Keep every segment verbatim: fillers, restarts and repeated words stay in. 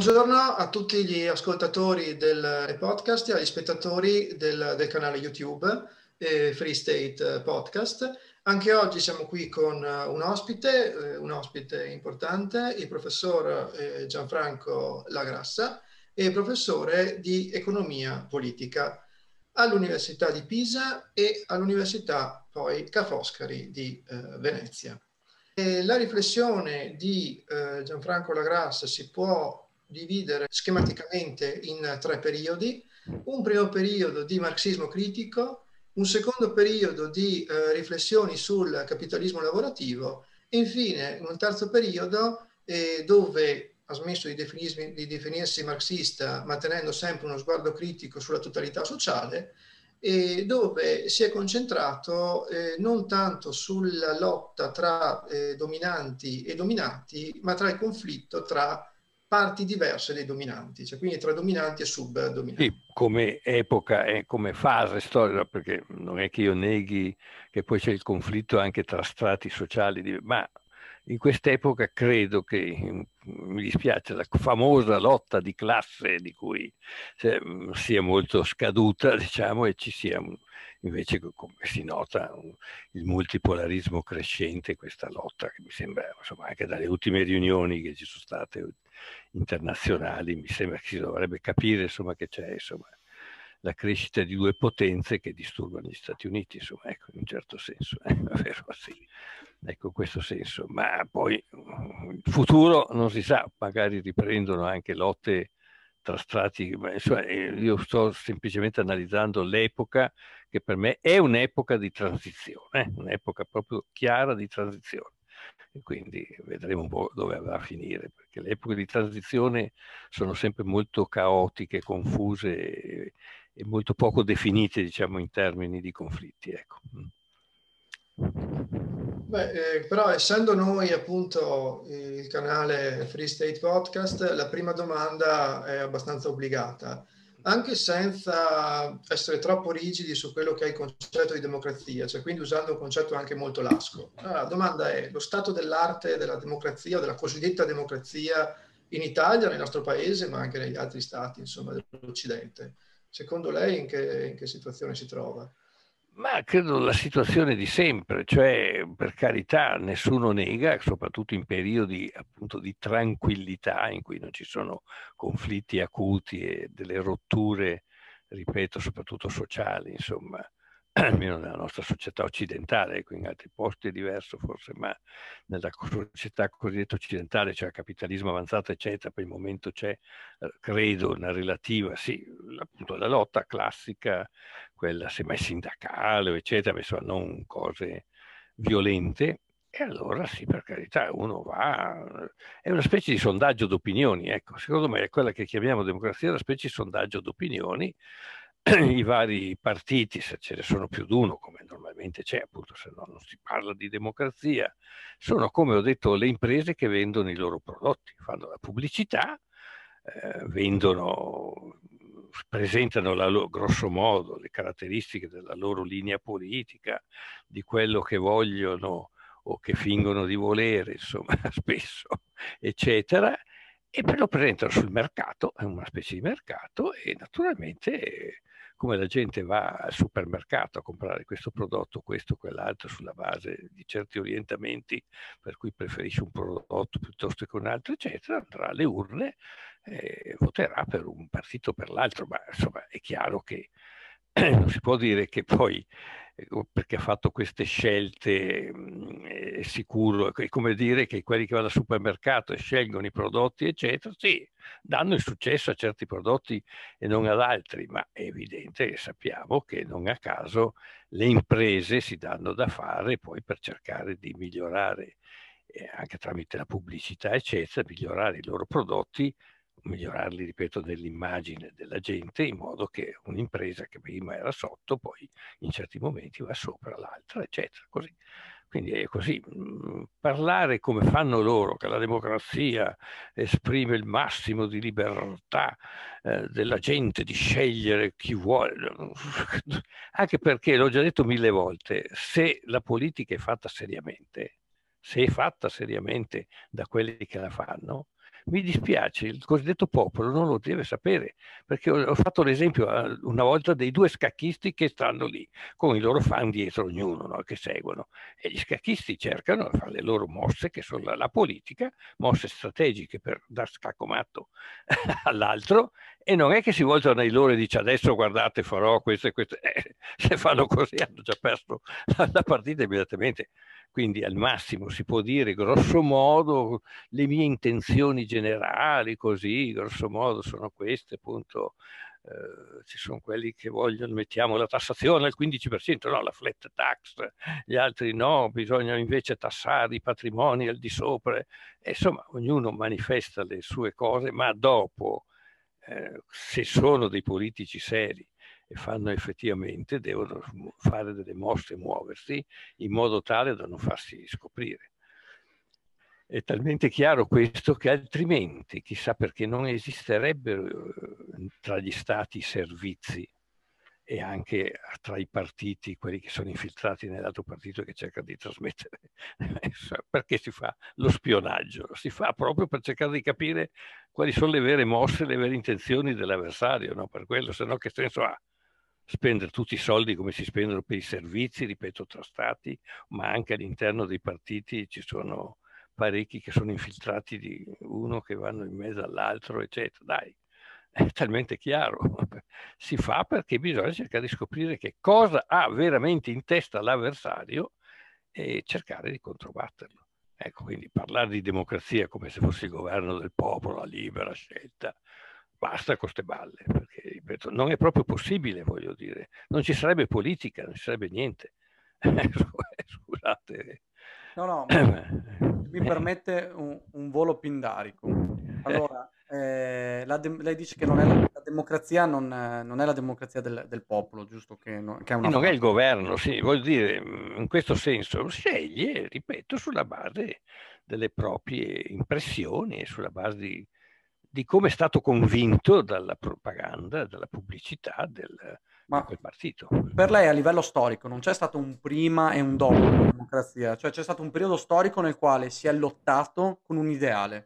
Buongiorno a tutti gli ascoltatori del podcast e agli spettatori del, del canale YouTube eh, Free State Podcast. Anche oggi siamo qui con un ospite, eh, un ospite importante, il professor eh, Gianfranco Lagrassa, e professore di economia politica all'Università di Pisa e all'Università poi Ca' Foscari di eh, Venezia. E la riflessione di eh, Gianfranco Lagrassa si può dividere schematicamente in tre periodi: un primo periodo di marxismo critico, un secondo periodo di eh, riflessioni sul capitalismo lavorativo e infine un terzo periodo eh, dove ha smesso di definirsi, di definirsi marxista, mantenendo sempre uno sguardo critico sulla totalità sociale, e dove si è concentrato eh, non tanto sulla lotta tra eh, dominanti e dominati, ma tra il conflitto tra parti diverse dei dominanti, cioè quindi tra dominanti e subdominanti. Sì, come epoca e come fase storica, perché non è che io neghi che poi c'è il conflitto anche tra strati sociali, ma in quest'epoca credo che, mi dispiace, la famosa lotta di classe di cui sia molto scaduta, diciamo, e ci sia invece, come si nota, il multipolarismo crescente, questa lotta che mi sembra, insomma, anche dalle ultime riunioni che ci sono state internazionali, mi sembra che si dovrebbe capire, insomma, che c'è, insomma, la crescita di due potenze che disturbano gli Stati Uniti, insomma, ecco, in un certo senso, eh, vero, sì. Ecco, in questo senso. Ma poi il futuro non si sa, magari riprendono anche lotte tra strati, ma, insomma, io sto semplicemente analizzando l'epoca che per me è un'epoca di transizione, eh? Un'epoca proprio chiara di transizione. E quindi vedremo un po' dove andrà a finire, perché le epoche di transizione sono sempre molto caotiche, confuse e, e molto poco definite, diciamo, in termini di conflitti, ecco. Beh, eh, però essendo noi appunto il canale Free State Podcast, la prima domanda è abbastanza obbligata, anche senza essere troppo rigidi su quello che è il concetto di democrazia, cioè quindi usando un concetto anche molto lasco. Allora, la domanda è: lo stato dell'arte della democrazia, della cosiddetta democrazia in Italia, nel nostro paese, ma anche negli altri stati, insomma, dell'Occidente, secondo lei in che, in che situazione si trova? Ma credo la situazione di sempre, cioè, per carità, nessuno nega, soprattutto in periodi appunto di tranquillità in cui non ci sono conflitti acuti e delle rotture, ripeto, soprattutto sociali, insomma, almeno nella nostra società occidentale. Ecco, in altri posti è diverso forse, ma nella società cosiddetta occidentale, cioè capitalismo avanzato, eccetera, per il momento c'è, eh, credo, una relativa, sì, appunto la lotta classica, quella semmai sindacale, eccetera, ma insomma non cose violente. E allora sì, per carità, uno va, è una specie di sondaggio d'opinioni, ecco, secondo me è quella che chiamiamo democrazia, una specie di sondaggio d'opinioni. I vari partiti, se ce ne sono più di uno, come normalmente c'è, appunto, se no non si parla di democrazia, sono, come ho detto, le imprese che vendono i loro prodotti, fanno la pubblicità, eh, vendono, presentano la loro, grosso modo le caratteristiche della loro linea politica, di quello che vogliono o che fingono di volere, insomma, spesso, eccetera, e poi lo presentano sul mercato, è una specie di mercato, e naturalmente, come la gente va al supermercato a comprare questo prodotto, questo, quell'altro, sulla base di certi orientamenti, per cui preferisce un prodotto piuttosto che un altro, eccetera, andrà alle urne e voterà per un partito o per l'altro, ma insomma è chiaro che non si può dire che poi, perché ha fatto queste scelte, è sicuro, è come dire che quelli che vanno al supermercato e scelgono i prodotti, eccetera, sì, danno il successo a certi prodotti e non ad altri, ma è evidente che sappiamo che non a caso le imprese si danno da fare poi per cercare di migliorare, eh, anche tramite la pubblicità, eccetera, migliorare i loro prodotti, migliorarli, ripeto, nell'immagine della gente, in modo che un'impresa che prima era sotto, poi in certi momenti va sopra l'altra, eccetera, così. Quindi è così. Parlare come fanno loro, che la democrazia esprime il massimo di libertà eh, della gente di scegliere chi vuole, anche perché, l'ho già detto mille volte, se la politica è fatta seriamente, se è fatta seriamente da quelli che la fanno, mi dispiace, il cosiddetto popolo non lo deve sapere, perché ho, ho fatto l'esempio una volta dei due scacchisti che stanno lì, con i loro fan dietro ognuno, no? Che seguono, e gli scacchisti cercano di fare le loro mosse, che sono la, la politica, mosse strategiche per dar scacco matto all'altro, e non è che si voltano ai loro e dice adesso guardate farò questo e questo, eh, se fanno così hanno già perso la, la partita immediatamente. Quindi al massimo si può dire grosso modo le mie intenzioni generali, così grosso modo sono queste, appunto. Eh, ci sono quelli che vogliono, mettiamo la tassazione al quindici per cento, no, la flat tax, gli altri no, bisogna invece tassare i patrimoni al di sopra. E, insomma, ognuno manifesta le sue cose, ma dopo, eh, se sono dei politici seri e fanno effettivamente, devono fare delle mosse, muoversi in modo tale da non farsi scoprire. È talmente chiaro questo che altrimenti, chissà perché, non esisterebbero eh, tra gli stati servizi e anche tra i partiti, quelli che sono infiltrati nell'altro partito che cerca di trasmettere. Perché si fa lo spionaggio? Si fa proprio per cercare di capire quali sono le vere mosse, le vere intenzioni dell'avversario, no? Per quello, se no che senso ha spendere tutti i soldi come si spendono per i servizi, ripeto, tra stati, ma anche all'interno dei partiti ci sono parecchi che sono infiltrati di uno che vanno in mezzo all'altro, eccetera. Dai, è talmente chiaro. Si fa perché bisogna cercare di scoprire che cosa ha veramente in testa l'avversario e cercare di controbatterlo. Ecco, quindi parlare di democrazia come se fosse il governo del popolo, la libera scelta, basta con ste balle, perché ripeto, non è proprio possibile, voglio dire, non ci sarebbe politica, non ci sarebbe niente. Scusate. No, no, ma mi permette un, un volo pindarico. Allora, eh, la de- lei dice che non è la, la democrazia, non, è- non è la democrazia del, del popolo, giusto? Che, no- che è E una non è il frase. governo, sì, vuol dire, in questo senso, sceglie, ripeto, sulla base delle proprie impressioni e sulla base di, di come è stato convinto dalla propaganda, dalla pubblicità del, di Ma quel partito. per lei a livello storico non c'è stato un prima e un dopo della democrazia, cioè c'è stato un periodo storico nel quale si è lottato con un ideale.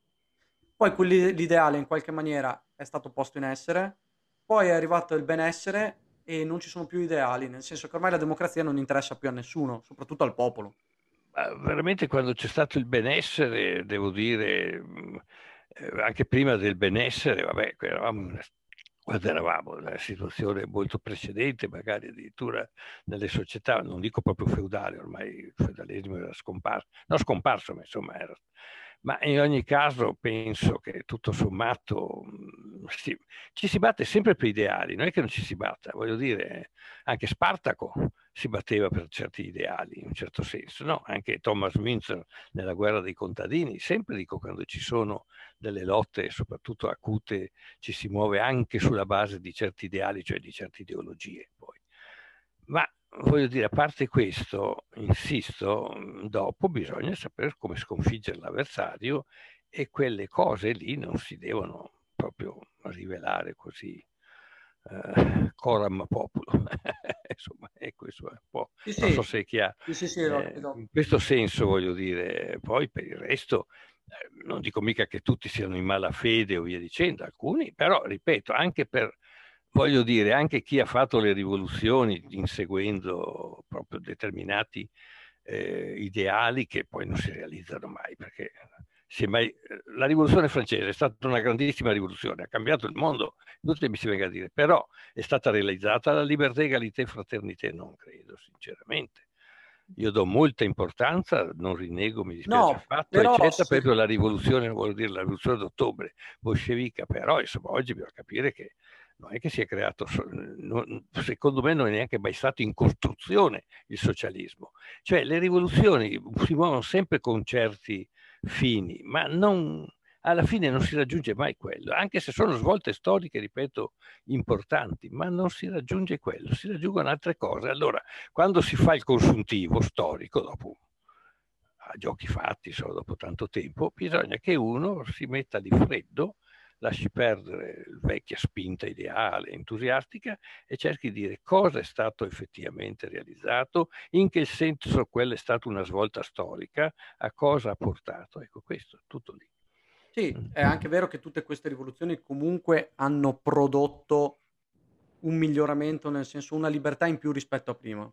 Poi quelli- l'ideale in qualche maniera è stato posto in essere, poi è arrivato il benessere e non ci sono più ideali, nel senso che ormai la democrazia non interessa più a nessuno, soprattutto al popolo. Ma veramente quando c'è stato il benessere, devo dire, mh, eh, anche prima del benessere, vabbè, eravamo in una- quando eravamo in una situazione molto precedente, magari addirittura nelle società, non dico proprio feudali, ormai il feudalesimo era scomparso, no scomparso, ma insomma era. Ma in ogni caso penso che tutto sommato mh, si- ci si batte sempre per ideali, non è che non ci si batta, voglio dire, anche Spartaco si batteva per certi ideali, in un certo senso, no? Anche Thomas Münzer nella guerra dei contadini, sempre dico quando ci sono delle lotte, soprattutto acute, ci si muove anche sulla base di certi ideali, cioè di certe ideologie poi. Ma voglio dire, a parte questo, insisto, dopo bisogna sapere come sconfiggere l'avversario e quelle cose lì non si devono proprio rivelare così eh, coram populo. Insomma, e questo è un po', Sì, non so sì, se è chiaro. sì, sì, sì, lo Eh, credo. in questo senso voglio dire, poi per il resto eh, non dico mica che tutti siano in malafede o via dicendo, alcuni, però ripeto, anche per, voglio dire, anche chi ha fatto le rivoluzioni inseguendo proprio determinati eh, ideali che poi non si realizzano mai, perché si è mai, la rivoluzione francese è stata una grandissima rivoluzione, ha cambiato il mondo, inutile mi si venga a dire, però è stata realizzata la libertà, egalità e fraternità? Non credo, sinceramente. Io do molta importanza, non rinego, mi dispiace No, affatto, però eccetera, se, proprio la rivoluzione, non voglio dire la rivoluzione d'ottobre bolscevica, però insomma oggi bisogna capire che non è che si è creato, non, secondo me non è neanche mai stato in costruzione il socialismo. Cioè le rivoluzioni si muovono sempre con certi fini, ma non, alla fine non si raggiunge mai quello, anche se sono svolte storiche, ripeto, importanti, ma non si raggiunge quello, si raggiungono altre cose. Allora, quando si fa il consuntivo storico, dopo a giochi fatti, solo dopo tanto tempo, bisogna che uno si metta di freddo, lasci perdere la vecchia spinta ideale, entusiastica e cerchi di dire cosa è stato effettivamente realizzato, in che senso quella è stata una svolta storica, a cosa ha portato. Ecco, questo, tutto lì. Sì, è anche vero che tutte queste rivoluzioni comunque hanno prodotto un miglioramento, nel senso una libertà in più rispetto a prima.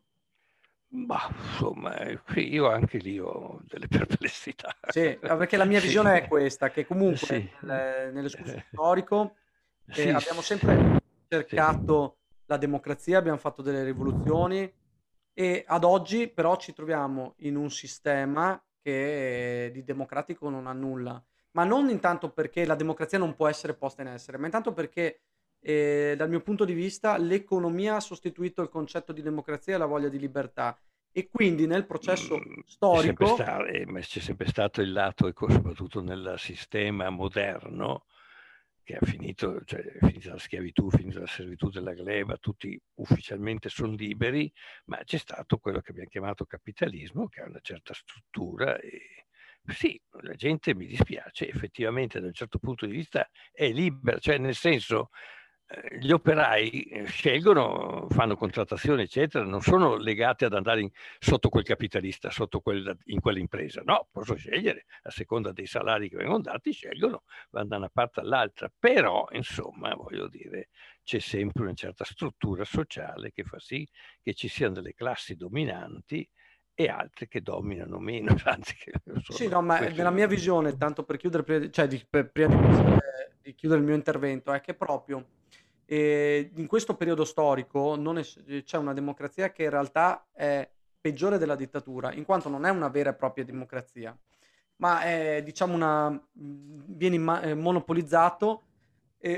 Ma insomma, eh, qui io anche lì ho delle perplessità. Sì, eh, perché la mia Sì, visione è questa, che comunque sì. nel- nell'escursus Eh, storico eh, sì, abbiamo sempre sì. cercato la democrazia, abbiamo fatto delle rivoluzioni e ad oggi però ci troviamo in un sistema che di democratico non ha nulla, ma non intanto perché la democrazia non può essere posta in essere, ma intanto perché eh, dal mio punto di vista l'economia ha sostituito il concetto di democrazia e la voglia di libertà e quindi nel processo Mm, c'è sempre storico. sta- eh, ma c'è sempre stato il lato, ecco, soprattutto nel sistema moderno, che ha finito, cioè è finita la schiavitù, è finita la servitù della gleba, tutti ufficialmente sono liberi, ma c'è stato quello che abbiamo chiamato capitalismo, che ha una certa struttura e sì, la gente, mi dispiace, effettivamente da un certo punto di vista è libera, cioè nel senso eh, gli operai eh, scelgono, fanno contrattazione, eccetera, non sono legati ad andare in- sotto quel capitalista, sotto quella, in quell'impresa. No, posso scegliere, a seconda dei salari che vengono dati, scelgono, vanno da una parte all'altra. Però, insomma, voglio dire, c'è sempre una certa struttura sociale che fa sì che ci siano delle classi dominanti e altre che dominano meno, anzi che Sì, sono no, ma questo. nella mia visione, tanto per chiudere, prima di, cioè di, per- prima di, iniziare- di chiudere il mio intervento, è che proprio eh, in questo periodo storico non es- c'è una democrazia che in realtà è peggiore della dittatura, in quanto non è una vera e propria democrazia, ma è, diciamo, una, mh, viene imma- eh, monopolizzato eh,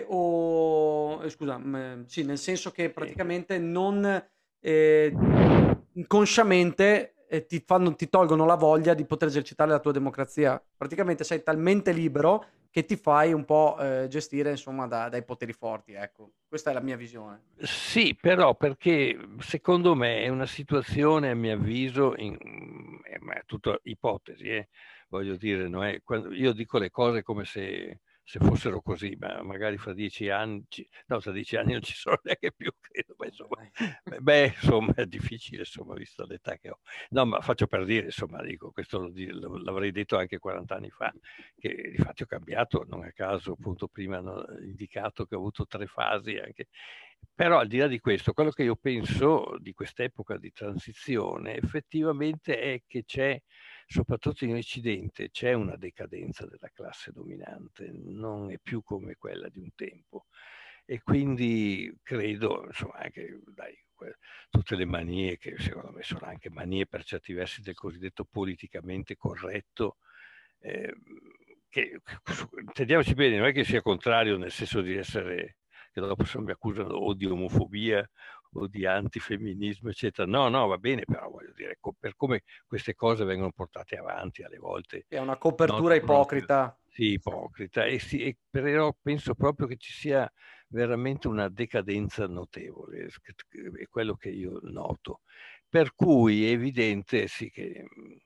o, eh, scusa, mh, sì, nel senso che Sì. praticamente non eh, inconsciamente eh, ti fanno, ti tolgono la voglia di poter esercitare la tua democrazia. Praticamente sei talmente libero che ti fai un po' eh, gestire, insomma, da- dai poteri forti, ecco. Questa è la mia visione. Sì, però perché secondo me è una situazione, a mio avviso, in, eh, ma è tutta ipotesi, eh, voglio dire, non è- quando- io dico le cose come se, se fossero così, ma magari fra dieci anni, ci- no, tra dieci anni non ci sono neanche più, credo, ma Vabbè, insomma, dai. beh, beh, insomma, è difficile, insomma, visto l'età che ho. No, ma faccio per dire, insomma, dico, questo lo di- lo- l'avrei detto anche quaranta anni fa, che di fatto ho cambiato, non a caso, appunto, prima hanno indicato che ho avuto tre fasi anche. Però al di là di questo, quello che io penso di quest'epoca di transizione effettivamente è che c'è, soprattutto in Occidente, c'è una decadenza della classe dominante, non è più come quella di un tempo. E quindi credo, insomma, anche dai, que- tutte le manie che secondo me sono anche manie per certi versi del cosiddetto politicamente corretto, eh, che, intendiamoci bene, non è che sia contrario nel senso di essere, che dopo se mi accusano o di omofobia o di antifemminismo, eccetera. No, no, va bene, però voglio dire, co- per come queste cose vengono portate avanti alle volte, È una si copertura nota proprio, ipocrita. sì, ipocrita, e, si- e però penso proprio che ci sia veramente una decadenza notevole, è quello che io noto. Per cui è evidente, sì, che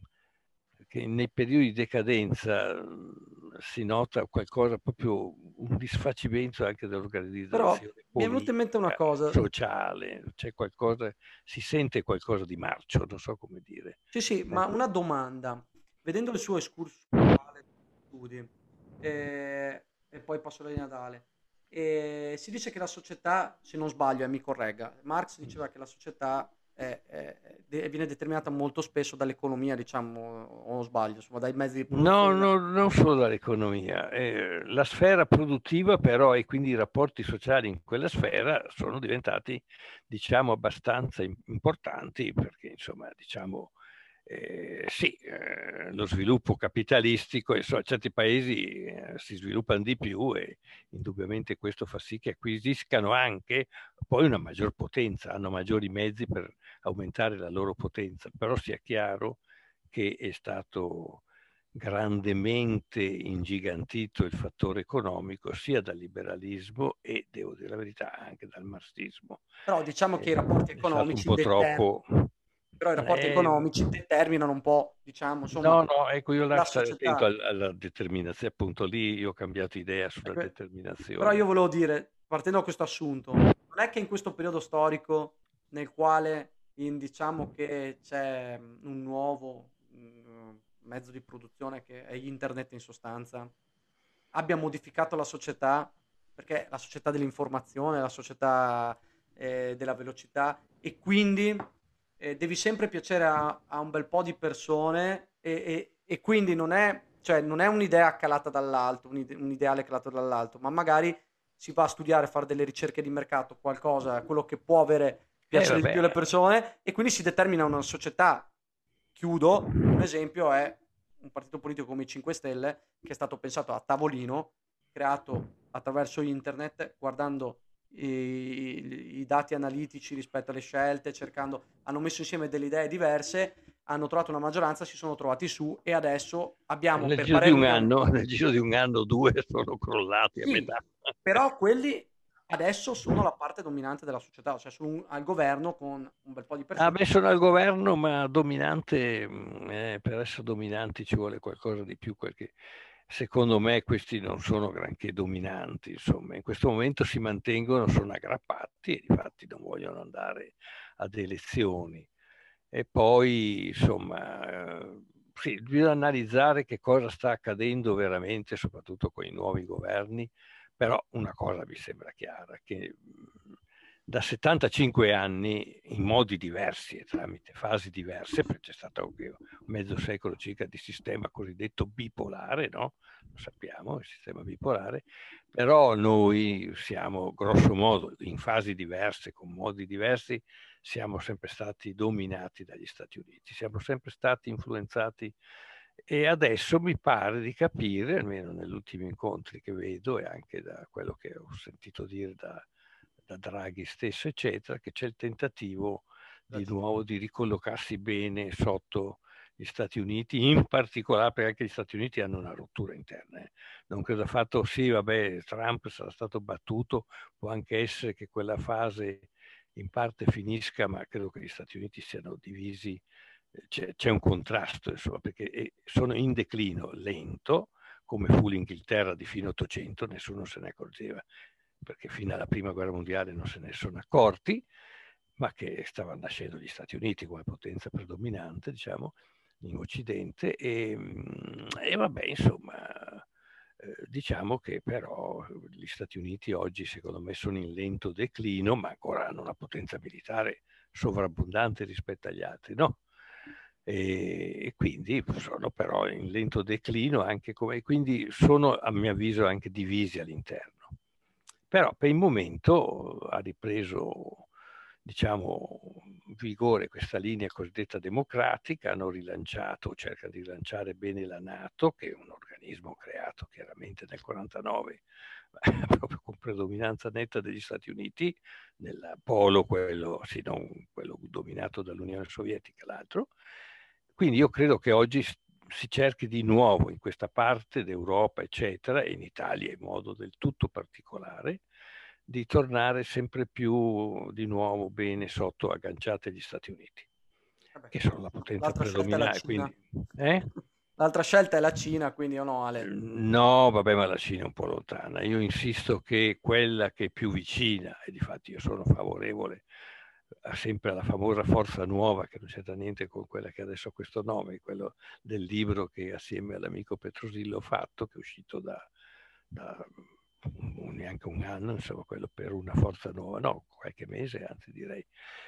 che nei periodi di decadenza mh, si nota qualcosa, proprio un disfacimento anche Però dell'organizzazione mi è venuta in mente una politica, cosa. sociale, c'è qualcosa, si sente qualcosa di marcio, non so come dire. Sì, sì, ma Ecco. una domanda. Vedendo il suo excursus culturale di studi, eh, e poi passo la linea ad Ale, eh, si dice che la società, se non sbaglio, e mi corregga, Marx diceva che la società è- è- de- viene determinata molto spesso dall'economia, diciamo, o non sbaglio, insomma, dai mezzi di No, produzione. da- no, non solo dall'economia, eh, la sfera produttiva però e quindi i rapporti sociali in quella sfera sono diventati, diciamo, abbastanza im- importanti perché, insomma, diciamo, eh, sì, eh, lo sviluppo capitalistico, insomma, certi paesi eh, si sviluppano di più e indubbiamente questo fa sì che acquisiscano anche poi una maggior potenza, hanno maggiori mezzi per aumentare la loro potenza, però sia chiaro che è stato grandemente ingigantito il fattore economico sia dal liberalismo e, devo dire la verità, anche dal marxismo. Però diciamo È, che i rapporti è stato un economici po' deter- troppo. però i rapporti eh, economici determinano un po', diciamo, insomma, no, no, ecco, io là la starei attento società. al- alla determinazione, appunto lì io ho cambiato idea sulla Ecco, però determinazione. io volevo dire, partendo da questo assunto, non è che in questo periodo storico nel quale in- diciamo che c'è mm, un nuovo mm, mezzo di produzione che è internet in sostanza, abbia modificato la società, perché la società dell'informazione, la società eh, della velocità, e quindi eh, devi sempre piacere a, a un bel po' di persone e, e- e quindi non è, cioè, non è un'idea calata dall'alto, un, ide- un ideale calato dall'alto, ma magari si va a studiare, a fare delle ricerche di mercato, qualcosa, quello che può avere Eh piacere di più alle vabbè, persone, e quindi si determina una società. Chiudo, un esempio è un partito politico come i cinque Stelle, che è stato pensato a tavolino, creato attraverso internet, guardando i, i dati analitici rispetto alle scelte, cercando, hanno messo insieme delle idee diverse, hanno trovato una maggioranza, si sono trovati su e adesso abbiamo, nel per giro di parere un mio, un- anno, nel giro di un anno due sono crollati a sì, metà. però quelli adesso sono la parte dominante della società, cioè sono un- al governo con un bel po' di Ah, persone. beh, sono al governo, ma dominante, mh, eh, per essere dominanti ci vuole qualcosa di più, perché secondo me questi non sono granché dominanti, insomma, in questo momento si mantengono, sono aggrappati e difatti non vogliono andare ad elezioni. E poi, insomma, eh, sì, bisogna analizzare che cosa sta accadendo veramente, soprattutto con i nuovi governi, però una cosa mi sembra chiara, che mh, da settantacinque anni, in modi diversi e tramite fasi diverse, perché c'è stato anche mezzo secolo circa di sistema cosiddetto bipolare, no? Lo sappiamo, il sistema bipolare, però noi siamo grosso modo in fasi diverse, con modi diversi, siamo sempre stati dominati dagli Stati Uniti, siamo sempre stati influenzati e adesso mi pare di capire, almeno negli ultimi incontri che vedo e anche da quello che ho sentito dire da, da Draghi stesso, eccetera, che c'è il tentativo di nuovo di ricollocarsi bene sotto gli Stati Uniti, in particolare perché anche gli Stati Uniti hanno una rottura interna. Eh. Non credo fatto, sì, vabbè, Trump sarà stato battuto, può anche essere che quella fase in parte finisca, ma credo che gli Stati Uniti siano divisi, c'è, c'è un contrasto, insomma, perché sono in declino lento, come fu l'Inghilterra di fine Ottocento, nessuno se ne accorgeva, perché fino alla Prima Guerra Mondiale non se ne sono accorti, ma che stavano nascendo gli Stati Uniti come potenza predominante, diciamo, in Occidente, e, e vabbè, insomma, eh, diciamo che però gli Stati Uniti oggi secondo me sono in lento declino, ma ancora hanno una potenza militare sovrabbondante rispetto agli altri, no? E, e quindi sono però in lento declino anche come, quindi sono a mio avviso anche divisi all'interno. Però per il momento ha ripreso, diciamo, vigore questa linea cosiddetta democratica, hanno rilanciato, cercano di rilanciare bene la NATO, che è un organismo creato chiaramente nel quarantanove, proprio con predominanza netta degli Stati Uniti, nel polo quello, sì, non quello dominato dall'Unione Sovietica, l'altro. Quindi io credo che oggi si cerchi di nuovo in questa parte d'Europa, eccetera, e in Italia in modo del tutto particolare, di tornare sempre più di nuovo bene sotto agganciate agli Stati Uniti, Vabbè, che sono la potenza l'altra scelta è la predominante. Cina. Quindi, eh? L'altra scelta è la Cina, quindi o no, Ale? No, vabbè, ma la Cina è un po' lontana. Io insisto che quella che è più vicina, e difatti io sono favorevole a sempre alla famosa forza nuova, che non c'entra niente con quella che adesso ha questo nome, quello del libro che assieme all'amico Petrosillo ho fatto, che è uscito da, da un, neanche un anno, insomma, quello per una forza nuova, no, qualche mese, anzi direi.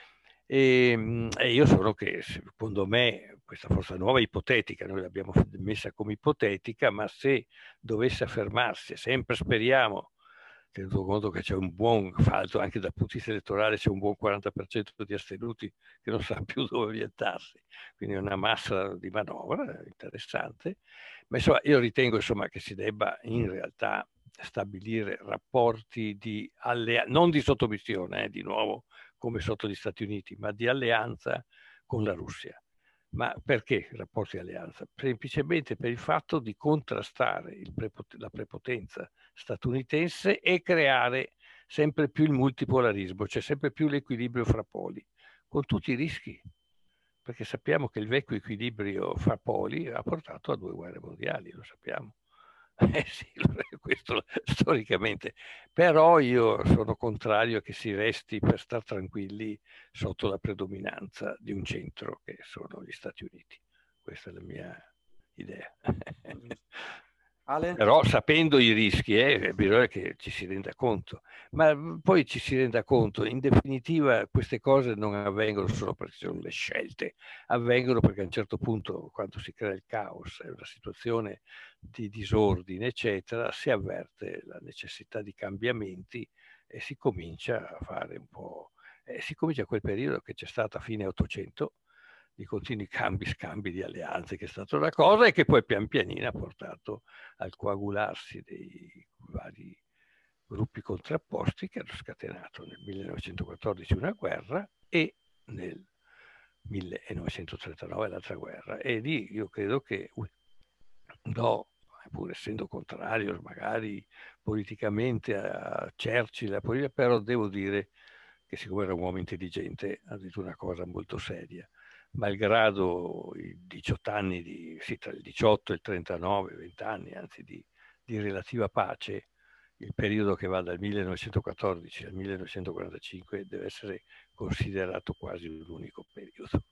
E, e io sono che, secondo me, questa forza nuova è ipotetica, noi l'abbiamo messa come ipotetica, ma se dovesse affermarsi, sempre speriamo, tenuto conto che c'è un buon falto anche dal punto di vista elettorale, c'è un buon quaranta per cento di astenuti che non sa più dove orientarsi, quindi è una massa di manovra interessante, ma insomma io ritengo insomma che si debba in realtà stabilire rapporti di alleanza, non di sottomissione, eh, di nuovo come sotto gli Stati Uniti, ma di alleanza con la Russia. Ma perché rapporti di alleanza? Semplicemente per il fatto di contrastare il prepot- la prepotenza statunitense e creare sempre più il multipolarismo, cioè sempre più l'equilibrio fra poli, con tutti i rischi, perché sappiamo che il vecchio equilibrio fra poli ha portato a due guerre mondiali, lo sappiamo. Eh sì, questo storicamente, però io sono contrario che si resti per star tranquilli sotto la predominanza di un centro che sono gli Stati Uniti. Questa è la mia idea. Ale? Però sapendo i rischi, eh, bisogna che ci si renda conto. Ma poi ci si renda conto, in definitiva queste cose non avvengono solo perché sono le scelte, avvengono perché a un certo punto, quando si crea il caos, è una situazione di disordine, eccetera, si avverte la necessità di cambiamenti e si comincia a fare un po'... Eh, si comincia a quel periodo che c'è stato a fine Ottocento, di continui cambi, scambi di alleanze, che è stata una cosa e che poi pian pianino ha portato al coagularsi dei vari gruppi contrapposti che hanno scatenato nel millenovecentoquattordici una guerra e nel millenovecentotrentanove l'altra guerra. E lì io credo che, no, pur essendo contrario magari politicamente a Churchill, però devo dire che siccome era un uomo intelligente ha detto una cosa molto seria. Malgrado i diciotto anni, di, sì, tra il diciotto e il trentanove, venti anni anzi di, di relativa pace, il periodo che va dal millenovecentoquattordici al millenovecentoquarantacinque deve essere considerato quasi un unico periodo.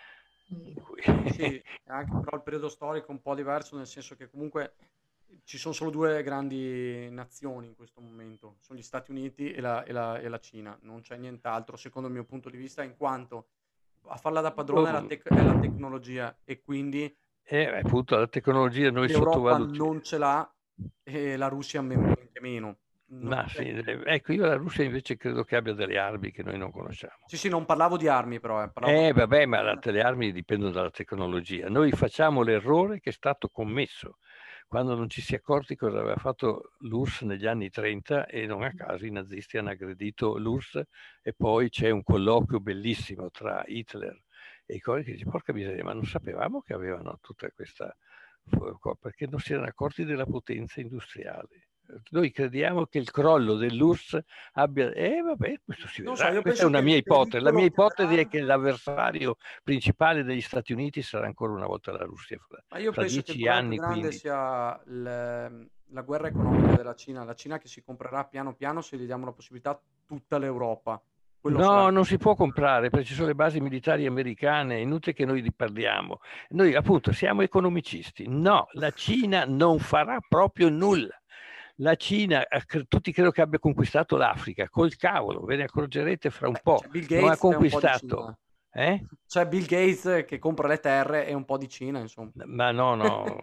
In cui... Sì, anche però il periodo storico è un po' diverso, nel senso che comunque ci sono solo due grandi nazioni in questo momento, sono gli Stati Uniti e la, e la- e la Cina, non c'è nient'altro secondo il mio punto di vista, in quanto a farla da padrone è la, tec- è la tecnologia e quindi E appunto la tecnologia noi l'Europa sottovalutiamo. non ce l'ha e la Russia men men che meno. Non- Ma sì, cioè, eh, ecco, io la Russia invece credo che abbia delle armi che noi non conosciamo. sì, sì, non parlavo di armi però, eh, parlavo Eh, proprio vabbè, ma di... le armi dipendono dalla tecnologia. Noi facciamo l'errore che è stato commesso quando non ci si è accorti cosa aveva fatto l'U R S S negli anni trenta e non a caso i nazisti hanno aggredito l'U R S S e poi c'è un colloquio bellissimo tra Hitler e i cori che dice porca miseria, ma non sapevamo che avevano tutta questa... perché non si erano accorti della potenza industriale. Noi crediamo che il crollo dell'U R S S abbia... Eh vabbè, questo si Non so, vedrà. io Questa è penso che una il mia ipotesi. La mia pericolo più ipotesi è che grande... l'avversario principale degli Stati Uniti sarà ancora una volta la Russia, fra, Ma io fra penso che il dieci problema più anni, grande quindici. sia il- la guerra economica della Cina, la Cina che si comprerà piano piano se gli diamo la possibilità tutta l'Europa. Quello sarà No, il non si punto. può comprare perché ci sono le basi militari americane, è inutile che noi li parliamo. Noi appunto siamo economicisti. No, la Cina non farà proprio nulla. La Cina, eh, cre- tutti credo che abbia conquistato l'Africa, col cavolo, ve ne accorgerete fra un Eh, po'. c'è Bill Non ha Gates e un po' di conquistato, Cina. eh? C'è Bill Gates che compra le terre e un po' di Cina, insomma. Ma no, no,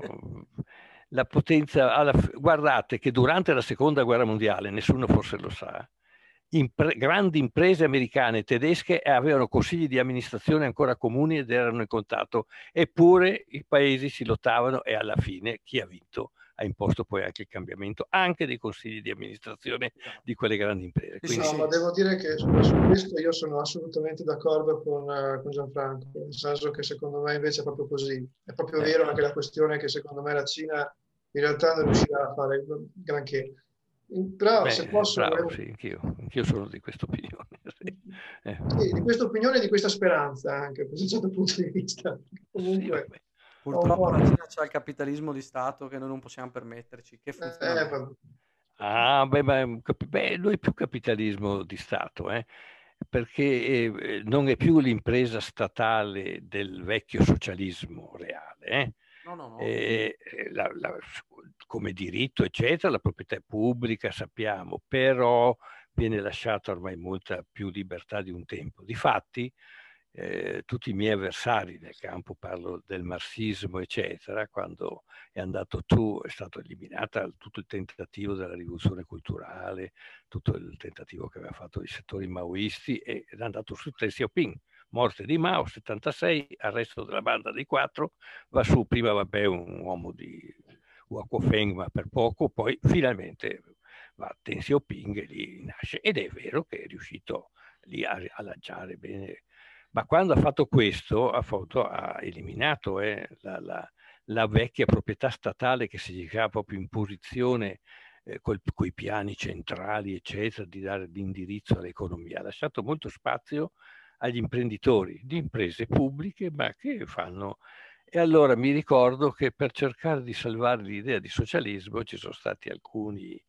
la potenza, alla f- guardate che durante la seconda guerra mondiale, nessuno forse lo sa, impre- grandi imprese americane e tedesche avevano consigli di amministrazione ancora comuni ed erano in contatto, eppure i paesi si lottavano e alla fine chi ha vinto ha imposto poi anche il cambiamento anche dei consigli di amministrazione Esatto. di quelle grandi imprese. Sì, sì, Quindi No, ma sì. devo dire che su su questo io sono assolutamente d'accordo con, eh, con Gianfranco, nel senso che secondo me invece è proprio così. È proprio eh, vero anche la questione che secondo me la Cina in realtà non riuscirà a fare granché. Però se beh, posso, bravo, volevo- sì, anch'io, anch'io sono di questa opinione. Sì. Eh, sì, di questa opinione e di questa speranza anche, da un certo punto di vista. sì, Comunque, vabbè. ho un Purtroppo po'... la Cina c'ha il capitalismo di Stato che noi non possiamo permetterci, che funziona Eh, bene. vabbè. Ah, beh, ma, capi- beh, lui è più capitalismo di Stato, eh, perché eh, non è più l'impresa statale del vecchio socialismo reale, eh. No, no, no. Eh, eh, la- la- come diritto, eccetera, la proprietà è pubblica, sappiamo, però viene lasciata ormai molta più libertà di un tempo. Difatti, eh, tutti i miei avversari nel campo, parlo del marxismo, eccetera, quando è andato tu, è stato eliminato tutto il tentativo della rivoluzione culturale, tutto il tentativo che aveva fatto i settori maoisti e è andato su Deng Xiaoping, morte di Mao, settantasei, arresto della banda dei quattro, va su prima, vabbè, un uomo di Huakuofeng, ma per poco, poi finalmente va Deng Xiaoping e lì nasce, ed è vero che è riuscito lì a, a lanciare bene, ma quando ha fatto questo ha, fatto, ha eliminato eh, la, la la vecchia proprietà statale che si cercava proprio in posizione eh, con i piani centrali, eccetera, di dare l'indirizzo all'economia. Ha lasciato molto spazio agli imprenditori di imprese pubbliche, ma che fanno... E allora mi ricordo che per cercare di salvare l'idea di socialismo ci sono stati alcuni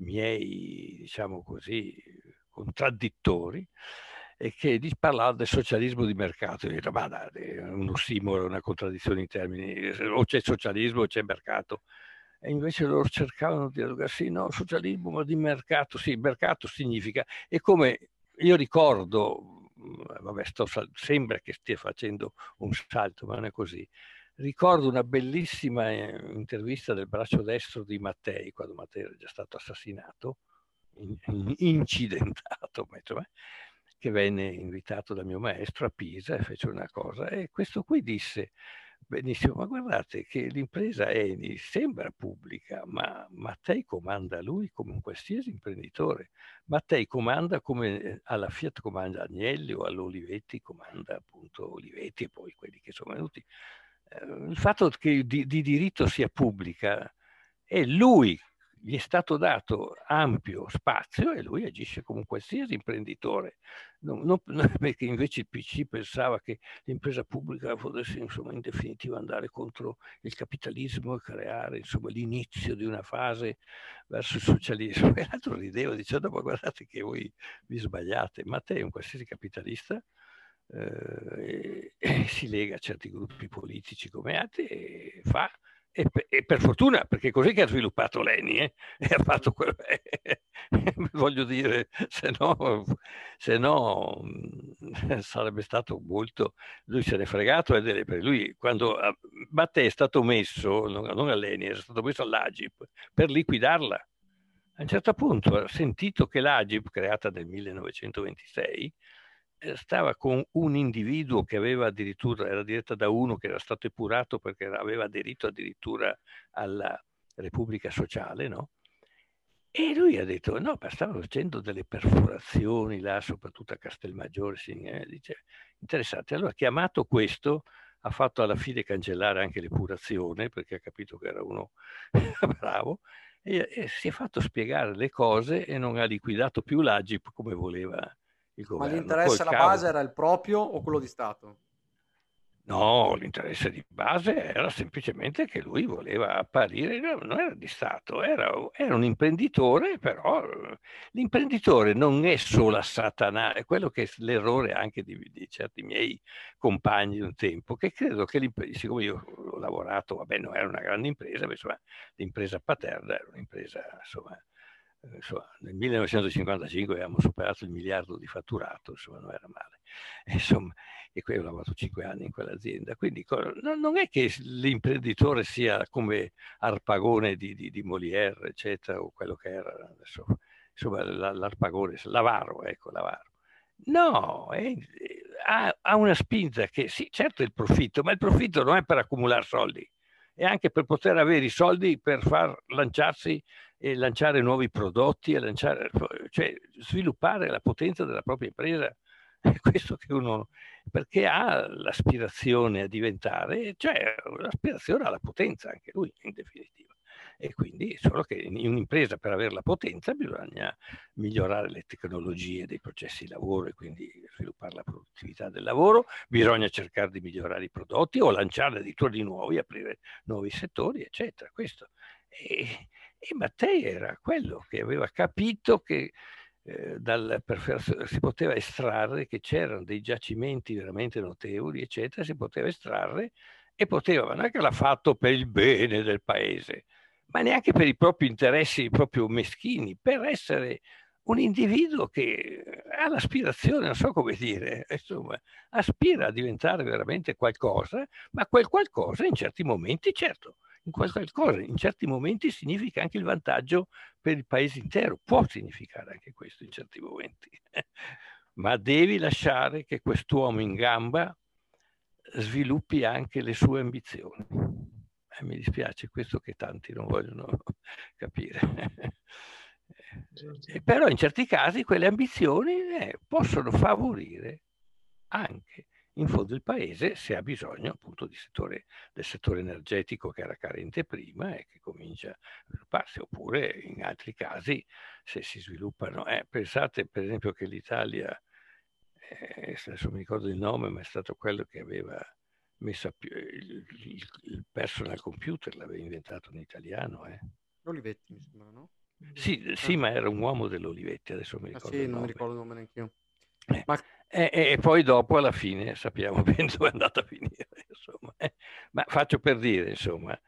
miei, diciamo così, contraddittori, e che parlava del socialismo di mercato. Io dico, ma dai, è un ossimoro, una contraddizione in termini, o c'è socialismo o c'è mercato. e invece loro cercavano di dialogare, sì, no, socialismo, ma di mercato, sì, mercato significa, e come io ricordo, vabbè, sto, sembra che stia facendo un salto, ma non è così, ricordo una bellissima intervista del braccio destro di Mattei, quando Mattei era già stato assassinato, incidentato, che venne invitato dal mio maestro a Pisa e fece una cosa, e questo qui disse benissimo, ma guardate che l'impresa Eni sembra pubblica, ma Mattei comanda lui come un qualsiasi imprenditore. Mattei comanda come alla Fiat comanda Agnelli, o all'Olivetti comanda appunto Olivetti e poi quelli che sono venuti. Il fatto che di, di diritto sia pubblica è lui, gli è stato dato ampio spazio e lui agisce come un qualsiasi imprenditore, non, non, perché invece il P C pensava che l'impresa pubblica potesse insomma in definitiva andare contro il capitalismo e creare insomma l'inizio di una fase verso il socialismo, e l'altro rideva dicendo ma guardate che voi vi sbagliate, Mattei è un qualsiasi capitalista. Eh, e si lega a certi gruppi politici come altri e fa, e per, e per fortuna, perché è così che ha sviluppato l'Eni, eh? E ha fatto quello, eh, voglio dire, se no, se no mh, sarebbe stato molto, lui se n'è fregato, e per lui quando Mattei è stato messo, non, non all'Eni, è stato messo all'Agip per liquidarla. A un certo punto ha sentito che l'Agip, creata nel millenovecentoventisei, stava con un individuo che aveva addirittura, era diretta da uno che era stato epurato perché aveva aderito addirittura alla Repubblica Sociale, no? E lui ha detto, no, ma stavano facendo delle perforazioni là, soprattutto a Castelmaggiore, sì, eh, dice, interessante. Allora ha chiamato questo, ha fatto alla fine cancellare anche l'epurazione, perché ha capito che era uno bravo, e, e si è fatto spiegare le cose e non ha liquidato più l'Agip come voleva il Ma governo. l'interesse alla base era il proprio o quello di Stato? No, l'interesse di base era semplicemente che lui voleva apparire, non era di Stato, era, era un imprenditore, però l'imprenditore non è solo a Satana, è quello che è l'errore anche di, di certi miei compagni di un tempo, che credo che, siccome io ho lavorato, vabbè, non era una grande impresa, ma insomma, l'impresa paterna era un'impresa, insomma, insomma, nel millenovecentocinquantacinque avevamo superato il miliardo di fatturato, insomma, non era male. Insomma, e qui ho lavorato cinque anni in quell'azienda, quindi non è che l'imprenditore sia come Arpagone di, di, di Molière, eccetera, o quello che era adesso, insomma, l'Arpagone, l'avaro, ecco, l'avaro. No, è, ha, ha una spinta che sì, certo è il profitto, ma il profitto non è per accumulare soldi, è anche per poter avere i soldi per far lanciarsi e lanciare nuovi prodotti, e lanciare, cioè sviluppare la potenza della propria impresa. È questo che uno, perché ha l'aspirazione a diventare, cioè l'aspirazione alla potenza anche lui in definitiva, e quindi solo che in un'impresa per avere la potenza bisogna migliorare le tecnologie dei processi di lavoro e quindi sviluppare la produttività del lavoro, bisogna cercare di migliorare i prodotti o lanciare addirittura di nuovi, aprire nuovi settori, eccetera. Questo. E, e Mattei era quello che aveva capito che Eh, dal, per, si poteva estrarre, che c'erano dei giacimenti veramente notevoli, eccetera, si poteva estrarre e poteva, non è che l'ha fatto per il bene del paese, ma neanche per i propri interessi proprio meschini, per essere un individuo che ha l'aspirazione, non so come dire, insomma, aspira a diventare veramente qualcosa, ma quel qualcosa in certi momenti, certo, in qualcosa, in certi momenti significa anche il vantaggio per il paese intero, può significare anche questo in certi momenti, ma devi lasciare che quest'uomo in gamba sviluppi anche le sue ambizioni. Eh, mi dispiace questo che tanti non vogliono capire. Eh, però in certi casi quelle ambizioni eh, possono favorire anche in fondo il paese se ha bisogno appunto di settore, del settore energetico che era carente prima e che comincia a svilupparsi, oppure in altri casi se si sviluppano. Eh, pensate per esempio che l'Italia, eh, adesso mi ricordo il nome, ma è stato quello che aveva messo a più, il, il, il personal computer, l'aveva inventato un italiano. Eh. Olivetti mi sembra, no? Sì, sì, ah. ma era un uomo dell'Olivetti, adesso mi ricordo ah, sì, il non nome. mi ricordo il nome neanch'io. Eh. Ma... E, e poi dopo alla fine sappiamo ben dove è andata a finire, insomma. Eh. Ma faccio per dire, insomma,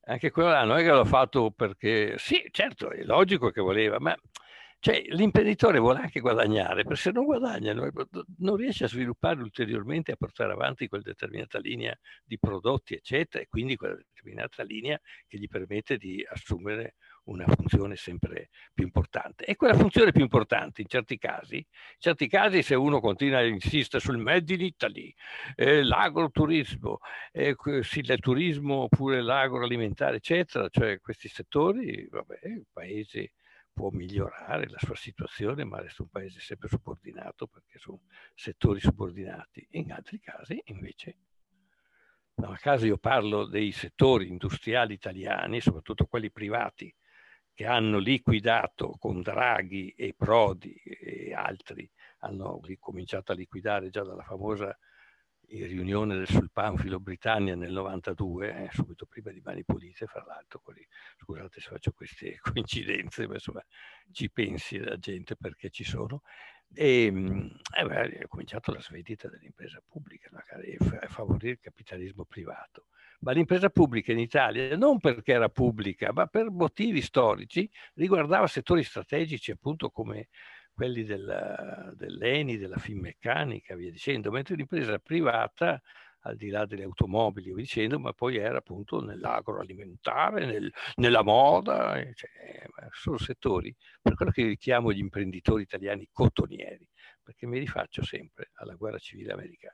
Anche quello là non è che l'ho fatto perché, sì, certo, è logico che voleva, ma cioè, l'imprenditore vuole anche guadagnare, perché se non guadagna non, non riesce a sviluppare ulteriormente, a portare avanti quella determinata linea di prodotti, eccetera, e quindi quella determinata linea che gli permette di assumere una funzione sempre più importante. E quella funzione più importante, in certi casi, in certi casi se uno continua a insistere sul Made in Italy, eh, l'agroturismo, eh, sì, il turismo oppure l'agroalimentare, eccetera, cioè questi settori, vabbè, il paese può migliorare la sua situazione, ma resta un paese sempre subordinato perché sono settori subordinati. In altri casi, invece, no, a caso io parlo dei settori industriali italiani, soprattutto quelli privati, che hanno liquidato con Draghi e Prodi e altri, hanno cominciato a liquidare già dalla famosa riunione del Sulpanfilo Britannia nel novantadue, eh, subito prima di Mani Pulite, fra l'altro, quelli, scusate se faccio queste coincidenze, ma insomma ci pensi la gente perché ci sono, e eh, beh, è cominciato la svendita dell'impresa pubblica, no? E favorire il capitalismo privato. Ma l'impresa pubblica in Italia, non perché era pubblica, ma per motivi storici, riguardava settori strategici appunto come quelli della, dell'Eni, della Finmeccanica, via dicendo, mentre l'impresa privata, al di là delle automobili, via dicendo, ma poi era appunto nell'agroalimentare, nel, nella moda, cioè, sono settori, per quello che richiamo gli imprenditori italiani cotonieri, perché mi rifaccio sempre alla guerra civile americana.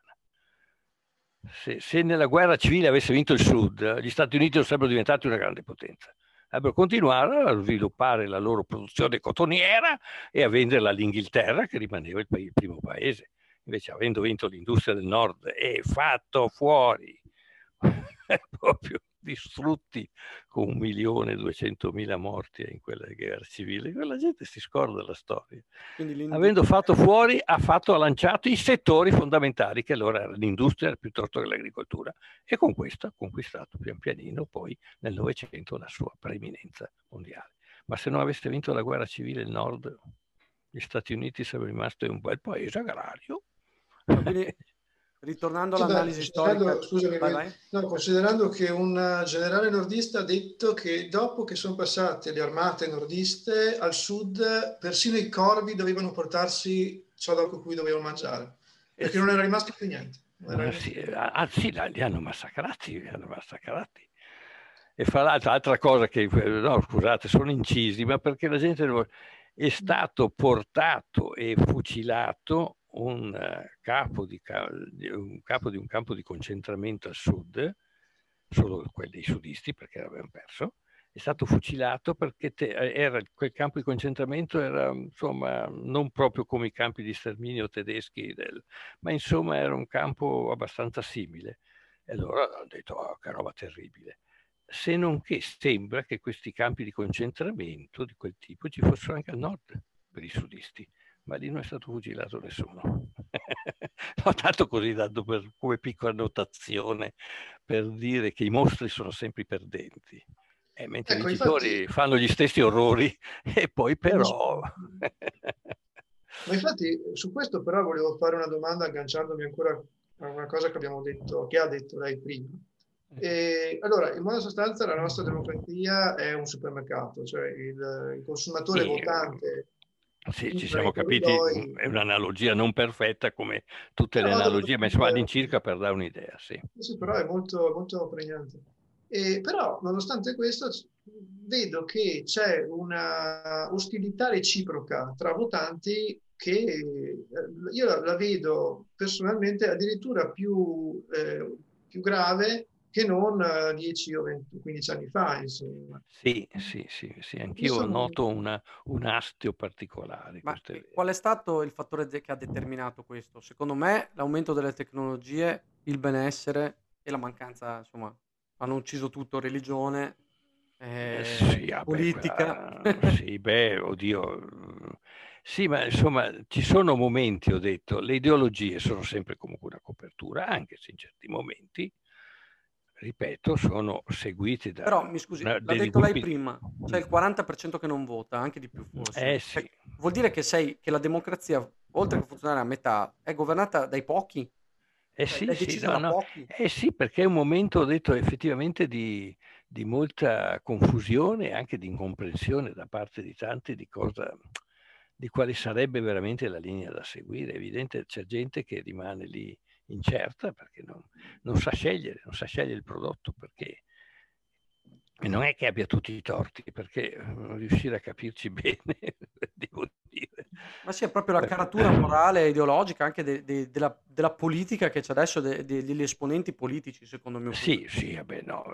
Se, se nella guerra civile avesse vinto il Sud, gli Stati Uniti non sarebbero diventati una grande potenza. Avrebbero continuato a sviluppare la loro produzione cotoniera e a venderla all'Inghilterra, che rimaneva il, il primo paese. Invece, avendo vinto l'industria del Nord e fatto fuori, proprio distrutti con un milione e duecentomila morti in quella guerra civile, quella gente si scorda la storia. Avendo fatto fuori, ha, fatto, ha lanciato i settori fondamentali, che allora era l'industria piuttosto che l'agricoltura, e con questo ha conquistato pian pianino poi nel Novecento la sua preeminenza mondiale. Ma se non avesse vinto la guerra civile il Nord, gli Stati Uniti sarebbero rimasti un bel paese agrario. Quindi, ritornando all'analisi sì, storica, scusami, vai, vai. No, considerando che un generale nordista ha detto che dopo che sono passate le armate nordiste al sud, persino i corvi dovevano portarsi ciò da cui dovevano mangiare, perché eh sì. non era rimasto più niente. Ma sì, anzi, li hanno massacrati, li hanno massacrati. E fra l'altro, altra cosa che, no, scusate, sono incisi, ma perché la gente è stato portato e fucilato un capo di, un capo di un campo di concentramento al sud, solo quelli sudisti perché avevano perso, è stato fucilato perché te, era, quel campo di concentramento era insomma non proprio come i campi di sterminio tedeschi, del, ma insomma era un campo abbastanza simile. E allora hanno detto, oh, che roba terribile. Se non che sembra che questi campi di concentramento di quel tipo ci fossero anche al nord per i sudisti, ma lì non è stato fucilato nessuno. L'ho dato così, dato per, come piccola notazione, per dire che i mostri sono sempre i perdenti, eh, mentre ecco, i vincitori infatti, fanno gli stessi orrori, e poi però... Ma infatti su questo però volevo fare una domanda agganciandomi ancora a una cosa che abbiamo detto, che ha detto lei prima. E, allora, in buona sostanza la nostra democrazia è un supermercato, cioè il, il consumatore sì, votante. Sì, ci siamo capiti, è un'analogia non perfetta come tutte le analogie, ma insomma all'incirca per dare un'idea, sì. Sì, però è molto, molto pregnante. E, però, nonostante questo, vedo che c'è una ostilità reciproca tra votanti che io la, la vedo personalmente addirittura più, eh, più grave che non dieci o venti, quindici anni fa, insomma. Sì, sì, sì, sì. Anch'io sono... noto una, un astio particolare. Ma è qual è stato il fattore che ha determinato questo? Secondo me l'aumento delle tecnologie, il benessere e la mancanza, insomma, hanno ucciso tutto, religione, eh, eh, sì, vabbè, politica. Quella... sì, beh, oddio... Sì, ma insomma ci sono momenti, ho detto, le ideologie sono sempre comunque una copertura, anche se in certi momenti, ripeto, sono seguiti da... Però, mi scusi, una, l'ha detto gruppi... lei prima, c'è il quaranta per cento che non vota, anche di più forse. Eh sì. Cioè, vuol dire che, sei, che la democrazia, oltre che funzionare a metà, è governata dai pochi? Eh cioè, sì, è sì, decisa no, da no. pochi? Eh sì, perché è un momento, ho detto, effettivamente di, di molta confusione e anche di incomprensione da parte di tanti di cosa, di quale sarebbe veramente la linea da seguire. È evidente, c'è gente che rimane lì incerta perché non, non sa scegliere, non sa scegliere il prodotto, perché e non è che abbia tutti i torti, perché non riuscire a capirci bene, devo dire. Ma sì, è proprio la caratura morale e ideologica anche de- de- della, della politica che c'è adesso, de- de- degli esponenti politici, secondo me. Sì, sì, vabbè, no,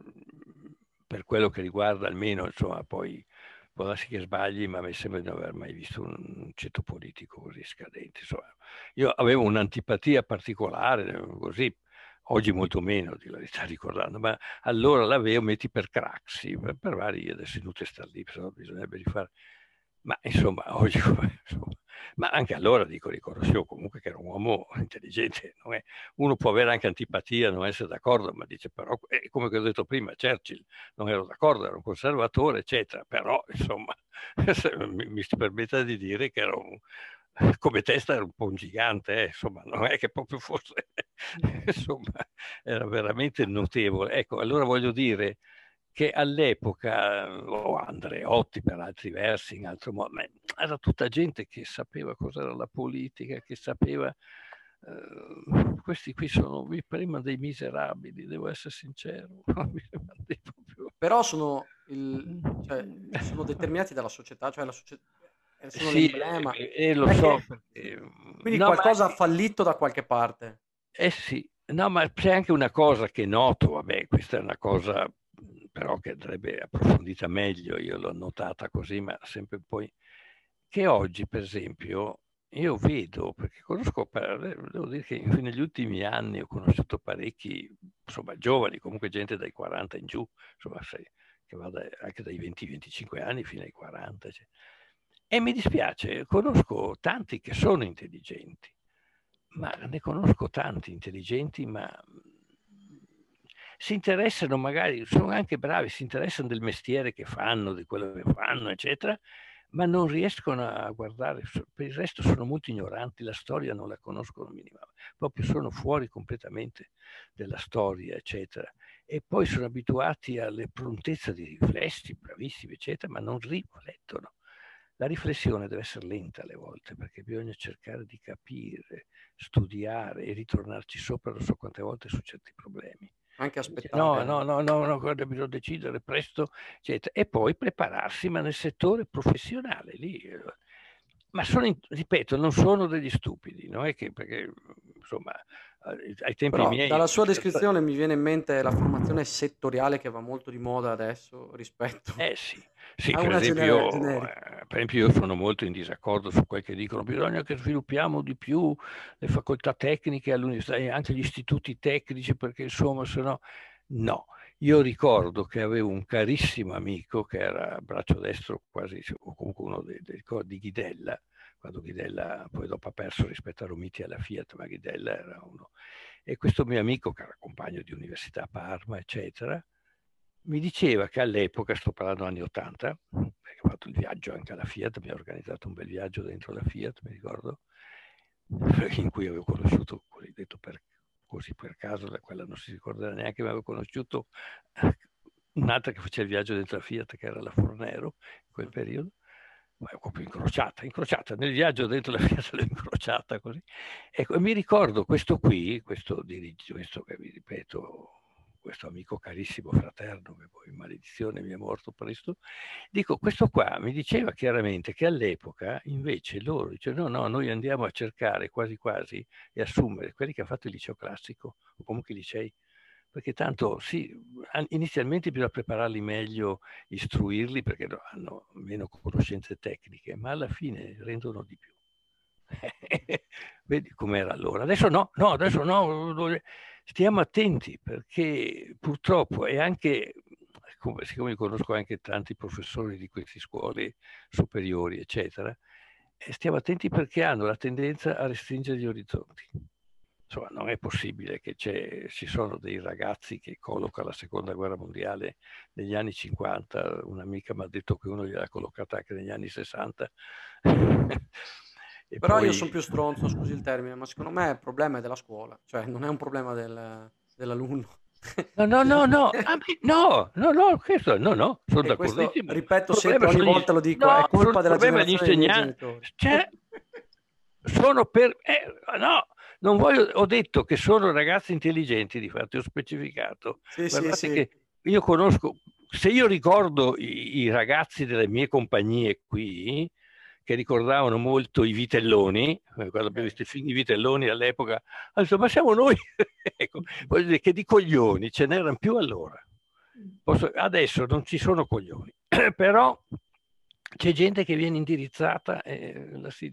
per quello che riguarda almeno, insomma, poi può darsi che sbagli, ma mi sembra di non aver mai visto un ceto politico così scadente. Insomma, io avevo un'antipatia particolare, così, oggi molto meno, di la verità ricordando, ma allora l'avevo, metti per Craxi, per, per vari, adesso è inutile star lì, però bisognerebbe rifare. Ma insomma, oggi, insomma, ma anche allora dico, riconoscevo comunque che era un uomo intelligente, non è, uno può avere anche antipatia, non essere d'accordo, ma dice però, eh, come ho detto prima, Churchill non ero d'accordo, era un conservatore, eccetera, però insomma, mi, mi si permetta di dire che era un, come testa era un po' un gigante, eh, insomma, non è che proprio fosse, insomma, era veramente notevole. Ecco, allora voglio dire che all'epoca, o Andreotti per altri versi, in altro modo, ma era tutta gente che sapeva cos'era la politica, che sapeva, eh, questi qui sono mi prima dei miserabili, devo essere sincero. Però sono, il, cioè, sono determinati dalla società, cioè la società, sono Sì, l'emblema. e, e lo Non è so, che- perché, Quindi no, ma qualcosa ha fallito da qualche parte. eh sì, no, ma c'è anche una cosa che noto, vabbè, questa è una cosa però che andrebbe approfondita meglio, io l'ho notata così, ma sempre poi, che oggi, per esempio, io vedo, perché conosco, devo dire che negli ultimi anni ho conosciuto parecchi, insomma, giovani, comunque gente dai quaranta in giù, insomma, sai, che va da- anche dai venti venticinque anni fino ai quaranta. Cioè. E mi dispiace, conosco tanti che sono intelligenti, ma ne conosco tanti intelligenti, ma si interessano magari, sono anche bravi, si interessano del mestiere che fanno, di quello che fanno, eccetera, ma non riescono a guardare, per il resto sono molto ignoranti, la storia non la conoscono minimamente, proprio sono fuori completamente della storia, eccetera. E poi sono abituati alle prontezze di riflessi, bravissimi, eccetera, ma non riflettono. La riflessione deve essere lenta alle volte, perché bisogna cercare di capire, studiare e ritornarci sopra non so quante volte su certi problemi. Anche Dice, no, aspettare. no, no, no, no, guarda, bisogna decidere presto, eccetera. E poi prepararsi, ma nel settore professionale lì. eh. Ma sono, in- ripeto, non sono degli stupidi, non è che perché, insomma, ai ai tempi Però miei. dalla sua descrizione mi viene in mente la formazione settoriale che va molto di moda adesso rispetto Eh sì, sì, a per una esempio genere- io, generica. eh, per esempio io sono molto in disaccordo su quel che dicono, bisogna che sviluppiamo di più le facoltà tecniche all'università e anche gli istituti tecnici perché insomma se no, no. Io ricordo che avevo un carissimo amico che era braccio destro quasi, o comunque uno dei, dei ricordi di Ghidella, quando Ghidella poi dopo ha perso rispetto a Romiti e alla Fiat, ma Ghidella era uno. E questo mio amico che era compagno di università a Parma, eccetera, mi diceva che all'epoca, sto parlando anni ottanta, perché ho fatto il viaggio anche alla Fiat, mi ha organizzato un bel viaggio dentro la Fiat, mi ricordo, in cui avevo conosciuto, detto per, così per caso, da quella non si ricorderà neanche, ma avevo conosciuto un'altra che faceva il viaggio dentro la Fiat, che era la Fornero, in quel periodo, ma proprio incrociata, incrociata, nel viaggio dentro la Fiat l'ho incrociata così. Ecco, e mi ricordo questo qui, questo dirigente, questo che vi ripeto, questo amico carissimo fraterno che poi in maledizione mi è morto presto, dico, questo qua mi diceva chiaramente che all'epoca invece loro dicevano no, no, noi andiamo a cercare quasi quasi e assumere quelli che hanno fatto il liceo classico o comunque i licei, perché tanto sì, inizialmente bisogna prepararli meglio, istruirli perché hanno meno conoscenze tecniche, ma alla fine rendono di più. Vedi com'era allora. Adesso no, no, adesso no, stiamo attenti perché purtroppo è anche, siccome conosco anche tanti professori di queste scuole superiori, eccetera, stiamo attenti perché hanno la tendenza a restringere gli orizzonti. Insomma, non è possibile che ci sono dei ragazzi che collocano la seconda guerra mondiale negli anni cinquanta, un'amica mi ha detto che uno gliel'ha collocata anche negli anni sessanta. E Però io poi, sono più stronzo, scusi il termine, ma secondo me il problema è della scuola, cioè non è un problema del- dell'alunno. No, no, no, no, ah, no, no, no, questo, no, no, sono E questo, d'accordissimo. ripeto Il sempre, problema ogni sono gli- volta lo dico, no, è sono colpa il della problema degli generazione dei miei insegnanti. genitori. Cioè, sono per... eh, no, non voglio, ho detto che sono ragazzi intelligenti, di fatto, ho specificato. Sì, sì, Guardate sì. che io conosco, se io ricordo i, i ragazzi delle mie compagnie qui, che ricordavano molto i vitelloni, eh, quando abbiamo visto i film di vitelloni all'epoca, insomma, siamo noi, ecco, voglio dire che di coglioni ce n'erano più allora. Posso- adesso non ci sono coglioni, però c'è gente che viene indirizzata e la si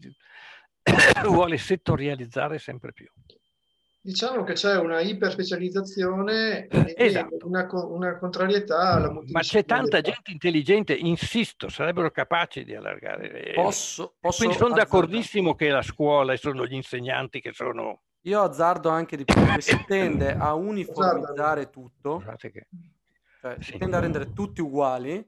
vuole settorializzare sempre più. Diciamo che c'è una iperspecializzazione e Esatto. una, co- una contrarietà alla Ma c'è tanta multidisciplinarietà. gente intelligente, insisto, sarebbero capaci di allargare. Posso, Quindi posso sono azzardare? d'accordissimo che la scuola e sono gli insegnanti che sono... Io azzardo anche di più, che si tende a uniformizzare Guardalo. tutto, Scusate che... cioè si Sì. tende a rendere tutti uguali,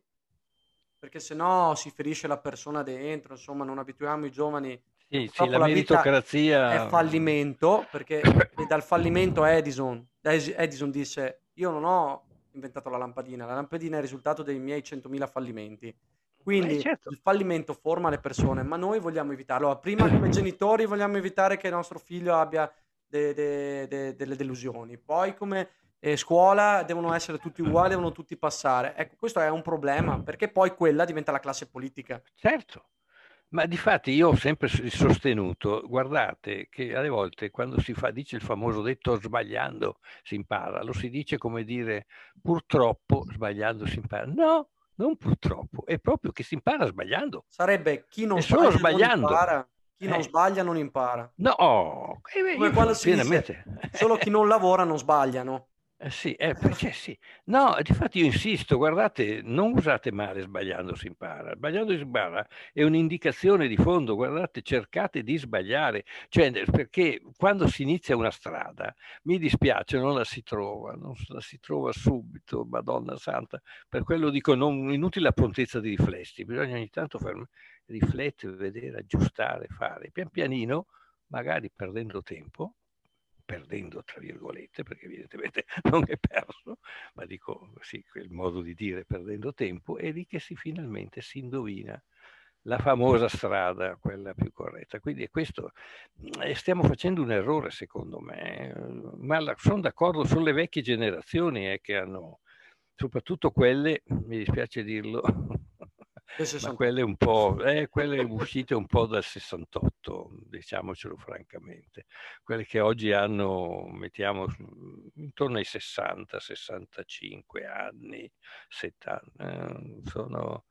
perché se no si ferisce la persona dentro, insomma non abituiamo i giovani. Sì, sì, Purtroppo la la vita è meritocrazia... fallimento, perché e dal fallimento Edison, Edison disse: io non ho inventato la lampadina, la lampadina è il risultato dei miei centomila fallimenti. Quindi Eh, certo. il fallimento forma le persone, ma noi vogliamo evitarlo. Prima come genitori vogliamo evitare che il nostro figlio abbia de- de- de- delle delusioni, poi come eh, scuola devono essere tutti uguali, devono tutti passare. Ecco, questo è un problema, perché poi quella diventa la classe politica. Certo, ma difatti io ho sempre s- sostenuto, guardate, che alle volte quando si fa, dice il famoso detto sbagliando si impara, lo si dice come dire purtroppo sbagliando si impara. No, non purtroppo, è proprio che si impara sbagliando, Sarebbe chi non è solo sbaglia non sbagliando. impara, chi non Eh, sbaglia non impara. no, eh, beh, Come io quando sono si dice pienamente... solo chi non lavora non sbaglia, no? Eh sì, eh, perché sì. No, difatti io insisto, guardate, non usate male sbagliando si impara. Sbagliando si impara è un'indicazione di fondo, guardate, cercate di sbagliare. Cioè, perché quando si inizia una strada, mi dispiace, non la si trova, non la si trova subito, Madonna Santa. Per quello dico, non, inutile la prontezza di riflessi, bisogna ogni tanto ferm- riflettere, vedere, aggiustare, fare. Pian pianino, magari perdendo tempo, perdendo tra virgolette, perché evidentemente non è perso, ma dico sì, quel modo di dire perdendo tempo, è lì che si finalmente si indovina la famosa strada, quella più corretta. Quindi è questo, eh, stiamo facendo un errore secondo me, eh, ma la, sono d'accordo sulle vecchie generazioni eh, che hanno, soprattutto quelle, mi dispiace dirlo, Del ma sessantotto. quelle un po', eh, quelle uscite un po' dal sessantotto, diciamocelo francamente, quelle che oggi hanno, mettiamo, intorno ai sessanta sessantacinque anni, settanta, eh, sono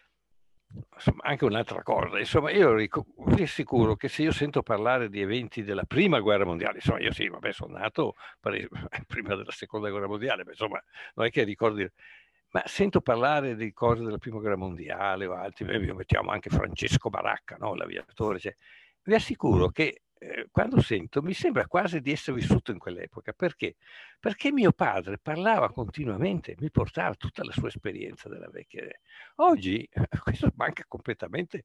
insomma, anche un'altra cosa. Insomma, io ric- vi assicuro che se io sento parlare di eventi della prima guerra mondiale, insomma, io sì, vabbè, sono nato pare- prima della seconda guerra mondiale, ma insomma, non è che ricordi, ma sento parlare di cose della prima guerra mondiale o altri, eh, mettiamo anche Francesco Baracca, no? L'aviatore, cioè, vi assicuro che eh, quando sento mi sembra quasi di essere vissuto in quell'epoca. Perché? Perché mio padre parlava continuamente, mi portava tutta la sua esperienza della vecchia. Oggi questo manca completamente.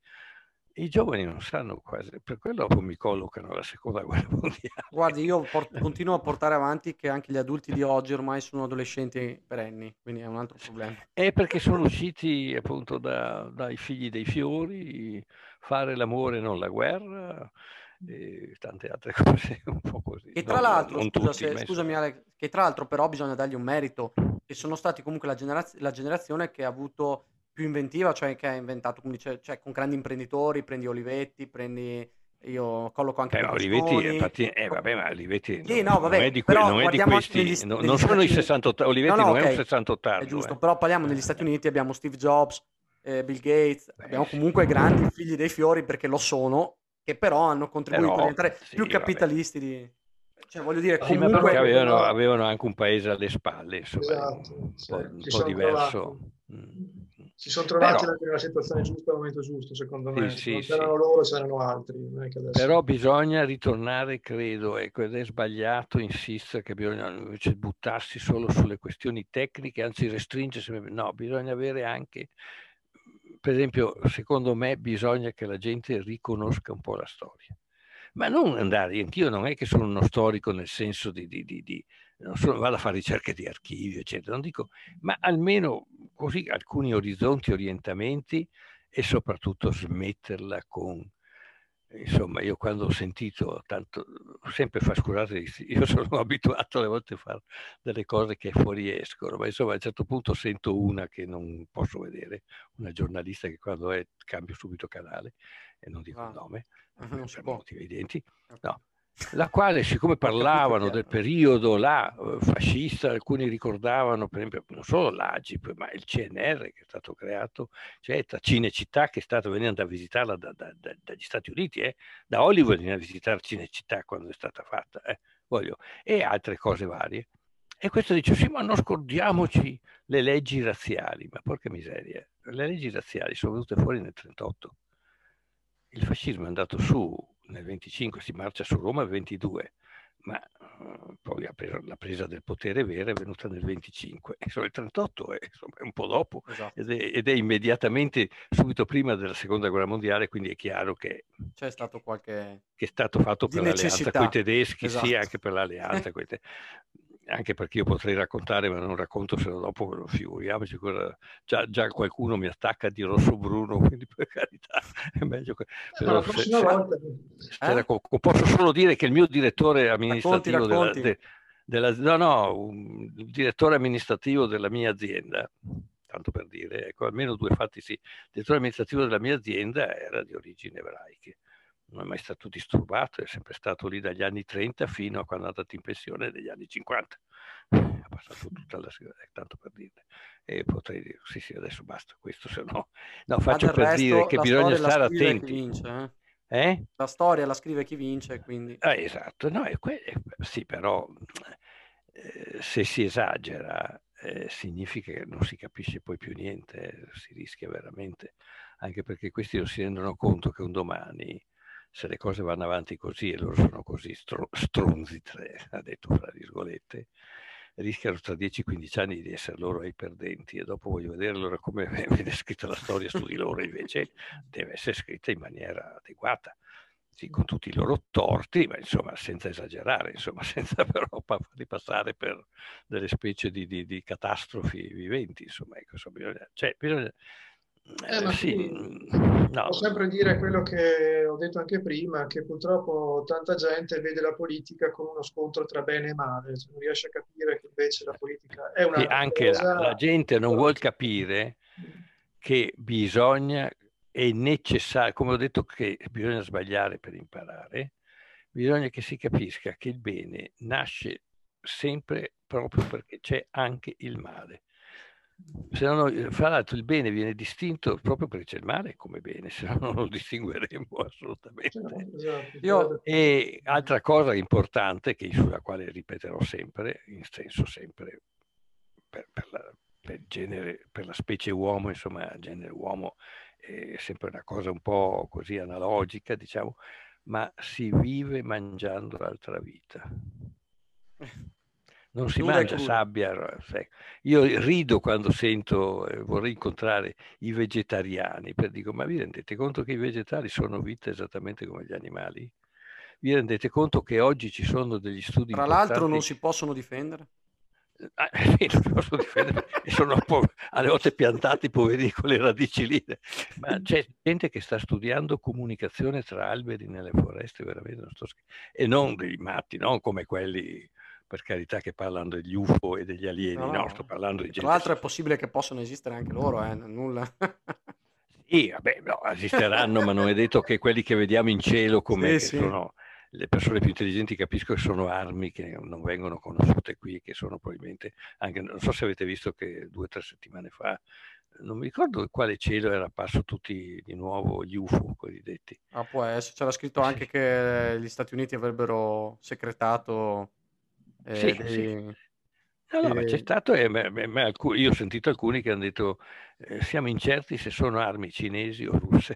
I giovani non sanno quasi, per quello mi collocano alla seconda guerra mondiale. Guardi, io por- continuo a portare avanti che anche gli adulti di oggi ormai sono adolescenti perenni, quindi è un altro problema. È perché sono usciti appunto da- dai figli dei fiori, fare l'amore non la guerra e tante altre cose un po' così. E tra Non, non- l'altro, non scusa tutti, se, ma scusami insomma. Alex, che tra l'altro però bisogna dargli un merito, che sono stati comunque la, generaz- la generazione che ha avuto più inventiva, cioè che ha inventato, come dice, cioè con grandi imprenditori, prendi Olivetti, prendi, io colloco anche Beh, ma Olivetti, Berlusconi. appartiene- eh, co- vabbè, ma Olivetti Sì, no- no, non è vabbè, di, que- però non è di guardiamo anche negli, questi, no- negli non sono i Stati Uniti. sessantotto, No, Olivetti no, non è un ok, sessantotto è anno. giusto, Eh. però parliamo negli Stati Eh, Uniti, abbiamo Steve Jobs, eh, Bill Gates, beh, abbiamo sì. comunque grandi figli dei fiori perché lo sono, che però hanno contribuito a Però, diventare più sì, vabbè. capitalisti di... Cioè, voglio dire, Sì, ma perché Diciamo che comunque... avevano, però, avevano anche un paese alle spalle, insomma, esatto, un sì, po', un si po' sono diverso. trovati. Mm. Si sono trovati Però, anche nella situazione giusta al momento giusto, secondo sì, me. Se sì, non c'erano sì. loro, c'erano altri. Non è che adesso... Però bisogna ritornare, credo, ecco, ed è sbagliato insistere che bisogna invece buttarsi solo sulle questioni tecniche, anzi restringersi. No, bisogna avere anche, per esempio, secondo me bisogna che la gente riconosca un po' la storia. Ma non andare, anch'io non è che sono uno storico nel senso di, di, di, di non solo vado a fare ricerche di archivio, eccetera, non dico, ma almeno così alcuni orizzonti, orientamenti e soprattutto smetterla con, insomma, io quando ho sentito tanto, sempre fa, scusate, io sono abituato alle volte a fare delle cose che fuoriescono, ma insomma a un certo punto sento una che non posso vedere, una giornalista che quando è cambio subito canale, e non dico Ah, il nome, non per, si per può. motivi evidenti, Ok. no. La quale, siccome Ho capito parlavano chi è. del periodo là eh, fascista, alcuni ricordavano per esempio non solo l'A G I P, ma il C N R che è stato creato, cioè tra Cinecittà che è stato venendo a visitarla da, da, da, dagli Stati Uniti, eh, da Hollywood viene a visitare Cinecittà quando è stata fatta, eh, voglio, e altre cose varie. E questo dice, sì, ma non scordiamoci le leggi razziali, ma porca miseria, le leggi razziali sono venute fuori nel trentotto. Il fascismo è andato su nel venticinque, si marcia su Roma nel ventidue, ma uh, poi la presa, la presa del potere vera è venuta nel venticinque. Insomma, il trentotto è, insomma, è un po' dopo Esatto. ed è, ed è immediatamente subito prima della seconda guerra mondiale, quindi è chiaro che c'è stato qualche che è stato fatto di per l'alleanza con i necessità. tedeschi, Esatto. sì, anche per l'alleanza coi te- anche perché io potrei raccontare, ma non racconto se no dopo figuriamoci cosa, già, già qualcuno mi attacca di rosso-bruno, quindi per carità è meglio che, Eh, ma la però se, prossima se, volta... se Eh? racco- posso solo dire che il mio direttore Racconti, amministrativo della, racconti. de- della- no, no, un- il direttore amministrativo della mia azienda, tanto per dire, ecco, almeno due fatti sì, il direttore amministrativo della mia azienda era di origini ebraiche, non è mai stato disturbato, è sempre stato lì dagli anni trenta fino a quando è andato in pensione negli anni cinquanta. Ha passato tutta la sera, tanto per dire. E potrei dire, sì, sì, adesso basta questo, se no, no, Ma faccio del per dire resto che la bisogna storia la stare scrive chi attenti. vince, eh? Eh? La storia la scrive chi vince, quindi Ah, esatto, no, è que- è- sì, però eh, se si esagera eh, significa che non si capisce poi più niente, eh, si rischia veramente, anche perché questi non si rendono conto che un domani, se le cose vanno avanti così e loro sono così stro- stronzi, tre, ha detto fra virgolette, rischiano tra dieci quindici anni di essere loro i perdenti e dopo voglio vedere allora come viene scritta la storia su di loro, invece deve essere scritta in maniera adeguata. Sì, con tutti i loro torti, ma insomma senza esagerare, insomma, senza però farli passare per delle specie di, di, di catastrofi viventi, insomma, ecco, insomma, bisogna, cioè, bisogna, Eh, eh, ma sì, qui no, devo sempre dire quello che ho detto anche prima, che purtroppo tanta gente vede la politica come uno scontro tra bene e male, cioè non riesce a capire che invece la politica è sì, un'altra anche la, la cosa. gente non vuol capire che bisogna, è necessario, come ho detto che bisogna sbagliare per imparare, bisogna che si capisca che il bene nasce sempre proprio perché c'è anche il male. Se no, fra l'altro il bene viene distinto proprio perché c'è il male come bene, se no non lo distingueremo Cioè, assolutamente. esatto, io sarebbe- E altra cosa importante, che sulla quale ripeterò sempre, in senso sempre per, per la, per il genere, per la specie uomo, insomma, il genere uomo è sempre una cosa un po' così analogica, diciamo, ma si vive mangiando l'altra vita. Non si nuda e mangia cruda. sabbia. Io rido quando sento, eh, vorrei incontrare i vegetariani, per dico, ma vi rendete conto che i vegetali sono vita esattamente come gli animali? Vi rendete conto che oggi ci sono degli studi Tra l'altro non importanti? si possono difendere. Ah, sì, non mi posso difendere e sono po- alle volte piantati poverini con le radici lì, ma c'è gente che sta studiando comunicazione tra alberi nelle foreste, veramente non sto scherzando, e non dei matti, non come quelli per carità che parlano degli U F O e degli No, alieni, no, sto no. parlando di E tra gente l'altro è seria. possibile che possano esistere anche loro, eh, nulla. Sì, vabbè, no, esisteranno, ma non è detto che quelli che vediamo in cielo, come Sì, che sì. sono le persone più intelligenti, capisco che sono armi che non vengono conosciute qui, che sono probabilmente anche, non so se avete visto che due o tre settimane fa, non mi ricordo quale cielo era apparso tutti di nuovo gli U F O cosiddetti. Ah, può essere. C'era scritto Sì, anche che gli Stati Uniti avrebbero secretato sì, eh, sì. dei, No, no, ma c'è dei- stato, e me- me- me alcu- io ho sentito alcuni che hanno detto eh, siamo incerti se sono armi cinesi o russe.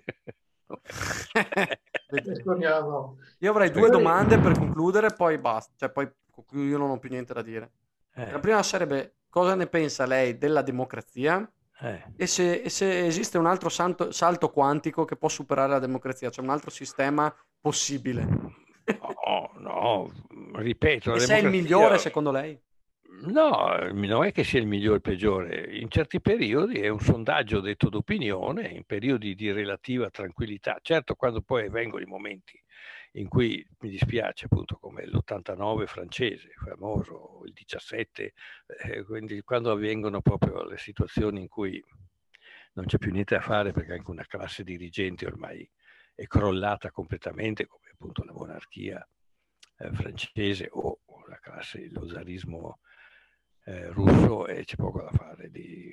Vedremo. Speriamo. Io avrei due Speriamo. domande per concludere, poi basta. Cioè, poi concludo, io non ho più niente da dire. La Eh, prima sarebbe cosa ne pensa lei della democrazia eh. e se, e se esiste un altro santo- salto quantico che può superare la democrazia, cioè un altro sistema possibile. No, no, ripeto, la E se è il migliore democrazia, secondo lei? No, non è che sia il migliore o il peggiore. In certi periodi è un sondaggio detto d'opinione, in periodi di relativa tranquillità. Certo, quando poi vengono i momenti in cui mi dispiace, appunto, come l'ottantanove francese, famoso, il diciassette, eh, quindi quando avvengono proprio le situazioni in cui non c'è più niente da fare perché anche una classe dirigente ormai è crollata completamente, come appunto la monarchia eh, francese o la classe, lo zarismo eh, russo, e c'è poco da fare, di,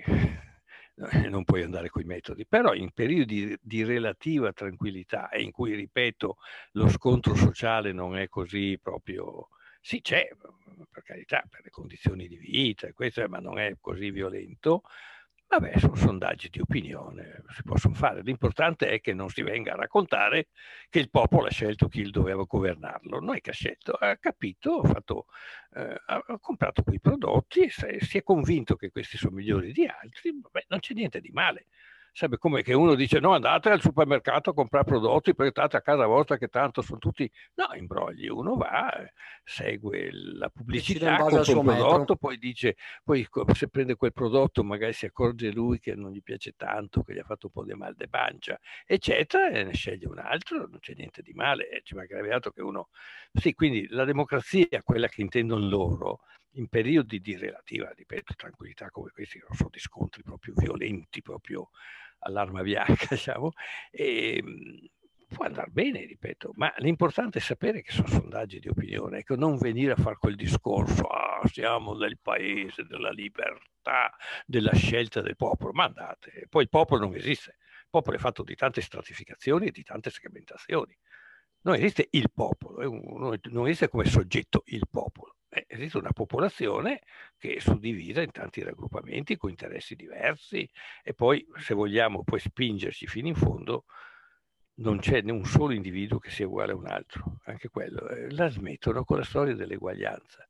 non puoi andare coi metodi. Però in periodi di, di relativa tranquillità e in cui, ripeto, lo scontro sociale non è così proprio, sì c'è, per carità, per le condizioni di vita, e questo, ma non è così violento. Vabbè, sono sondaggi di opinione, si possono fare. L'importante è che non si venga a raccontare che il popolo ha scelto chi doveva governarlo. Non è che ha scelto, ha capito, ha, fatto, eh, ha comprato quei prodotti, se, si è convinto che questi sono migliori di altri, vabbè, non c'è niente di male. Sarebbe come che uno dice no, andate al supermercato a comprare prodotti perché state a casa vostra che tanto sono tutti... No, imbrogli, uno va, segue la Decide in pubblicità, base al compra un suo metro. prodotto, poi dice, poi se prende quel prodotto magari si accorge lui che non gli piace tanto, che gli ha fatto un po' di mal de pancia, eccetera, e ne sceglie un altro, non c'è niente di male, ci mancherebbe altro che uno... Sì, quindi la democrazia, quella che intendono loro, in periodi di relativa, ripeto, tranquillità come questi, non sono di scontri proprio violenti, proprio all'arma bianca, diciamo, e può andare bene, ripeto, ma l'importante è sapere che sono sondaggi di opinione, ecco, non venire a fare quel discorso, ah, siamo nel paese della libertà, della scelta del popolo, ma andate, poi il popolo non esiste, il popolo è fatto di tante stratificazioni e di tante segmentazioni, non esiste il popolo, non esiste come soggetto il popolo. Eh, esiste una popolazione che è suddivisa in tanti raggruppamenti con interessi diversi, e poi, se vogliamo poi spingerci fino in fondo, non c'è né un solo individuo che sia uguale a un altro, anche quello. Eh, la smettono con la storia dell'eguaglianza.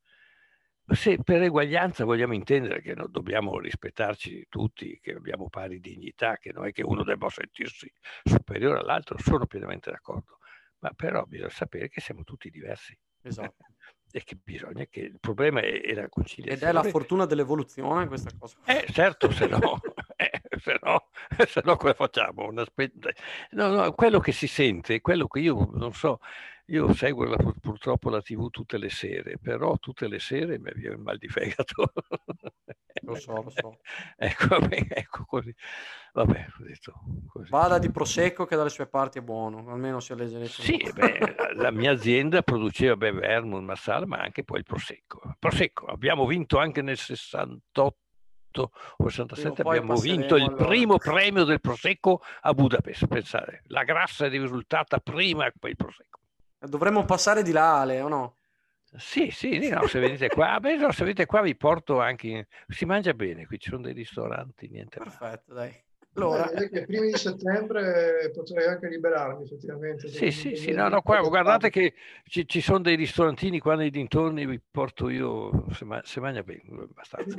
Se per eguaglianza vogliamo intendere che non dobbiamo rispettarci tutti, che abbiamo pari dignità, che non è che uno debba sentirsi superiore all'altro, sono pienamente d'accordo, ma però bisogna sapere che siamo tutti diversi. Esatto. E che bisogna che il problema è, è la conciliazione. Ed è la fortuna dell'evoluzione questa cosa. Eh, certo, se no, eh, se no, se no cosa facciamo? Una spe... no, no, quello che si sente, quello che io non so, io seguo la, purtroppo la tivù tutte le sere, però tutte le sere mi viene il mal di fegato. Lo so, lo so. Ecco, ecco così. Vabbè, ho detto così. Vada di Prosecco che dalle sue parti è buono, almeno si legge nei Sì, beh, la mia azienda produceva beh, vermouth, marsala, ma anche poi il prosecco. Prosecco, abbiamo vinto anche nel sessantotto o sessantasette, abbiamo vinto il allora. primo premio del prosecco a Budapest, pensate, la grassa è risultata prima e poi il prosecco. Dovremmo passare di là, Ale, o no? Sì, sì, no, se venite qua, beh, no, se venite qua vi porto anche, in... si mangia bene, qui ci sono dei ristoranti, niente male. Perfetto, dai. Allora, eh, che primi di settembre potrei anche liberarmi effettivamente. Sì, sì, sì, no, no, qua guardate che ci, ci sono dei ristorantini qua nei dintorni, vi porto io, se, ma, se mangia bene, abbastanza.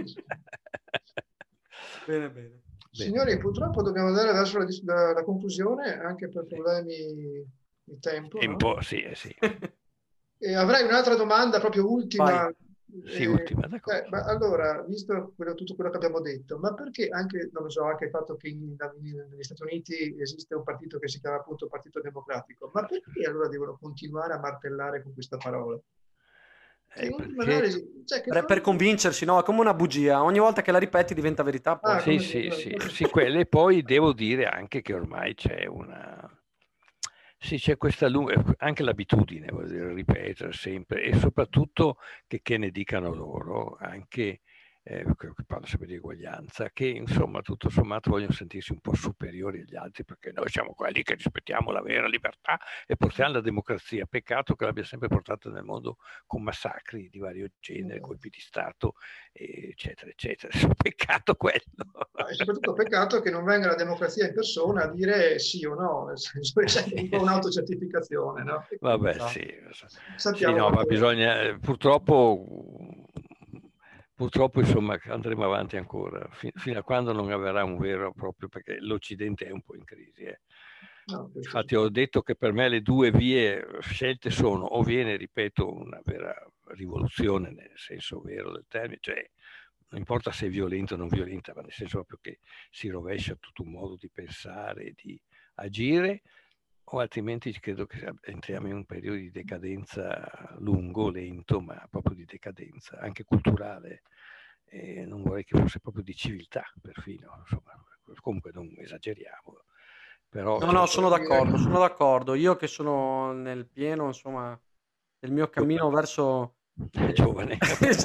Bene, bene. Signori, purtroppo dobbiamo andare verso la, la, la conclusione, anche per problemi di tempo. Tempo, no? sì, eh, sì. E avrei un'altra domanda, proprio ultima. Vai. Sì, eh, ultima, eh, ma allora, visto quello, tutto quello che abbiamo detto, ma perché anche, non lo so, anche il fatto che in, in, negli Stati Uniti esiste un partito che si chiama appunto Partito Democratico, ma perché allora devono continuare a martellare con questa parola? Che Eh, in ultima perché... analisi, cioè che per, per convincersi, no? È come una bugia. Ogni volta che la ripeti diventa verità. Poi. Ah, sì, come... sì, sì, sì, quelle. E poi devo dire anche che ormai c'è una... Sì, c'è questa lunga, anche l'abitudine, voglio dire, ripetere sempre, e soprattutto che, che ne dicano loro, anche eh, che parlo sempre di eguaglianza, che insomma tutto sommato vogliono sentirsi un po' superiori agli altri, perché noi siamo quelli che rispettiamo la vera libertà e portiamo la democrazia. Peccato che l'abbia sempre portata nel mondo con massacri di vario genere, colpi di Stato, eccetera, eccetera. Peccato quello. E soprattutto peccato che non venga la democrazia in persona a dire sì o no, nel senso che c'è un po' un'autocertificazione, no? Vabbè, sì. Sappiamo sì, no, ma che... bisogna, purtroppo, purtroppo, insomma, andremo avanti ancora, fino a quando non avverrà un vero proprio, perché l'Occidente è un po' in crisi. Eh. No, Infatti ho detto che per me le due vie scelte sono, o viene, ripeto, una vera rivoluzione nel senso vero del termine, cioè non importa se è violenta o non violenta, ma nel senso proprio che si rovescia tutto un modo di pensare, di agire, o altrimenti credo che entriamo in un periodo di decadenza lungo, lento, ma proprio di decadenza, anche culturale, e non vorrei che fosse proprio di civiltà perfino, insomma, comunque non esageriamo. Però, no, no, sono d'accordo, sono d'accordo. Io che sono nel pieno, insomma, del mio cammino verso... È giovane.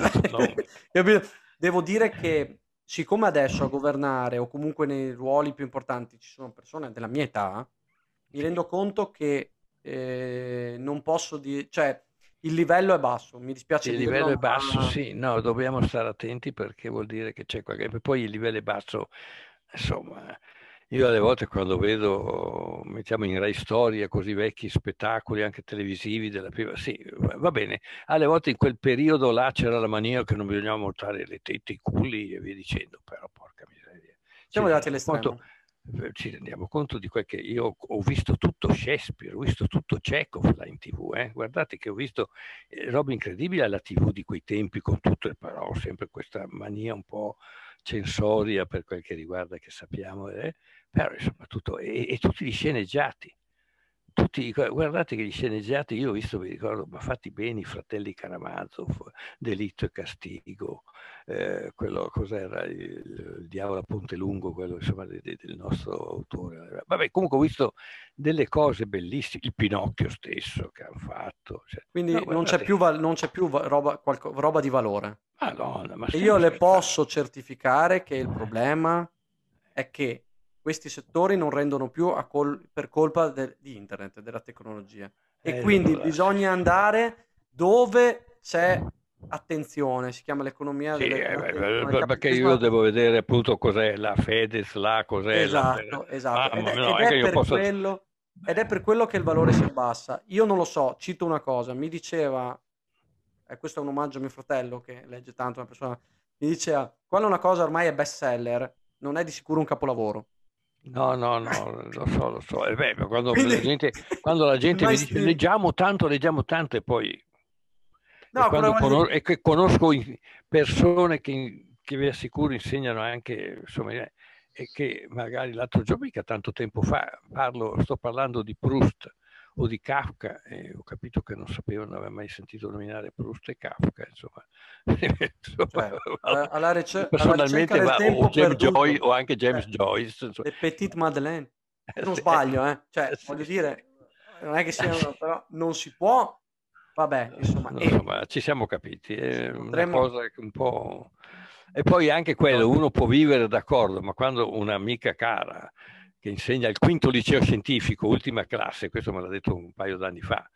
Devo dire che siccome adesso a governare o comunque nei ruoli più importanti ci sono persone della mia età, mi rendo conto che eh, non posso dire, cioè il livello è basso, mi dispiace il dirlo, livello è ma- basso, sì, no, dobbiamo stare attenti perché vuol dire che c'è qualche... Poi il livello è basso, insomma, io alle volte quando vedo, mettiamo in Rai Storia, così vecchi spettacoli anche televisivi della prima, sì, va bene, alle volte in quel periodo là c'era la mania che non bisognava mostrare le tette, i culi e via dicendo, però porca miseria. siamo Ci arrivati rendiamo all'estremo. conto- ci rendiamo conto di quel che io ho visto tutto Shakespeare, ho visto tutto Chekhov là in tv, eh? Guardate che ho visto eh, roba incredibile alla tv di quei tempi con tutto, però sempre questa mania un po' censoria per quel che riguarda, che sappiamo, eh? Però insomma tutto, e, e tutti gli sceneggiati, tutti, guardate che gli sceneggiati, io ho visto, vi ricordo, ma fatti bene, i fratelli Karamazov, Delitto e Castigo, eh, quello cos'era, il, il Diavolo a Ponte Lungo, quello insomma de, de, del nostro autore. Vabbè, comunque ho visto delle cose bellissime, il Pinocchio stesso che hanno fatto. Cioè, Quindi no, non guardate, c'è più, val- non c'è più va- roba, qualco- roba di valore. Madonna, ma E stiamo io le scherzando. posso certificare che il problema è che questi settori non rendono più a col- per colpa de- di internet, della tecnologia. E Eh, quindi allora, bisogna andare dove c'è attenzione, si chiama l'economia sì, delle- eh, dell'attenzione, il beh, perché io capitalismo. devo vedere appunto cos'è la Fedez, là, cos'è la... Esatto, esatto. Ed Mamma è, mia, no, ed è che è io per posso... quello, ed è per quello che il valore si abbassa. Io non lo so, cito una cosa, mi diceva, e questo è un omaggio a mio fratello che legge tanto, una persona, mi diceva, quando una cosa ormai è best seller, non è di sicuro un capolavoro. No, no, no, lo so, lo so. E beh, ma quando Quindi, la gente, quando la il gente mi dice mainstream... leggiamo tanto, leggiamo tanto e poi... E, No, però quando voglio dire- conos- e che conosco in- persone che, che vi assicuro insegnano anche, insomma, eh, e che magari l'altro giorno, mica tanto tempo fa, parlo, sto parlando di Proust o di Kafka e ho capito che non sapevo, non aveva mai sentito nominare Proust e Kafka, insomma. Insomma, cioè, alla, alla ricer- alla ricerca personalmente del va, o tempo James Joyce perduto, o anche James cioè, Joyce, insomma. le Petite Madeleine, se Eh, non sì, sbaglio, eh. Cioè, eh, sì, voglio sì. dire, non è che Eh, siano, sì. però non si può, vabbè, insomma, No, e insomma, ci siamo capiti, è una potremmo... cosa che un po'... E poi anche quello, uno può vivere d'accordo, ma quando un'amica cara che insegna al quinto liceo scientifico, ultima classe, questo me l'ha detto un paio d'anni fa,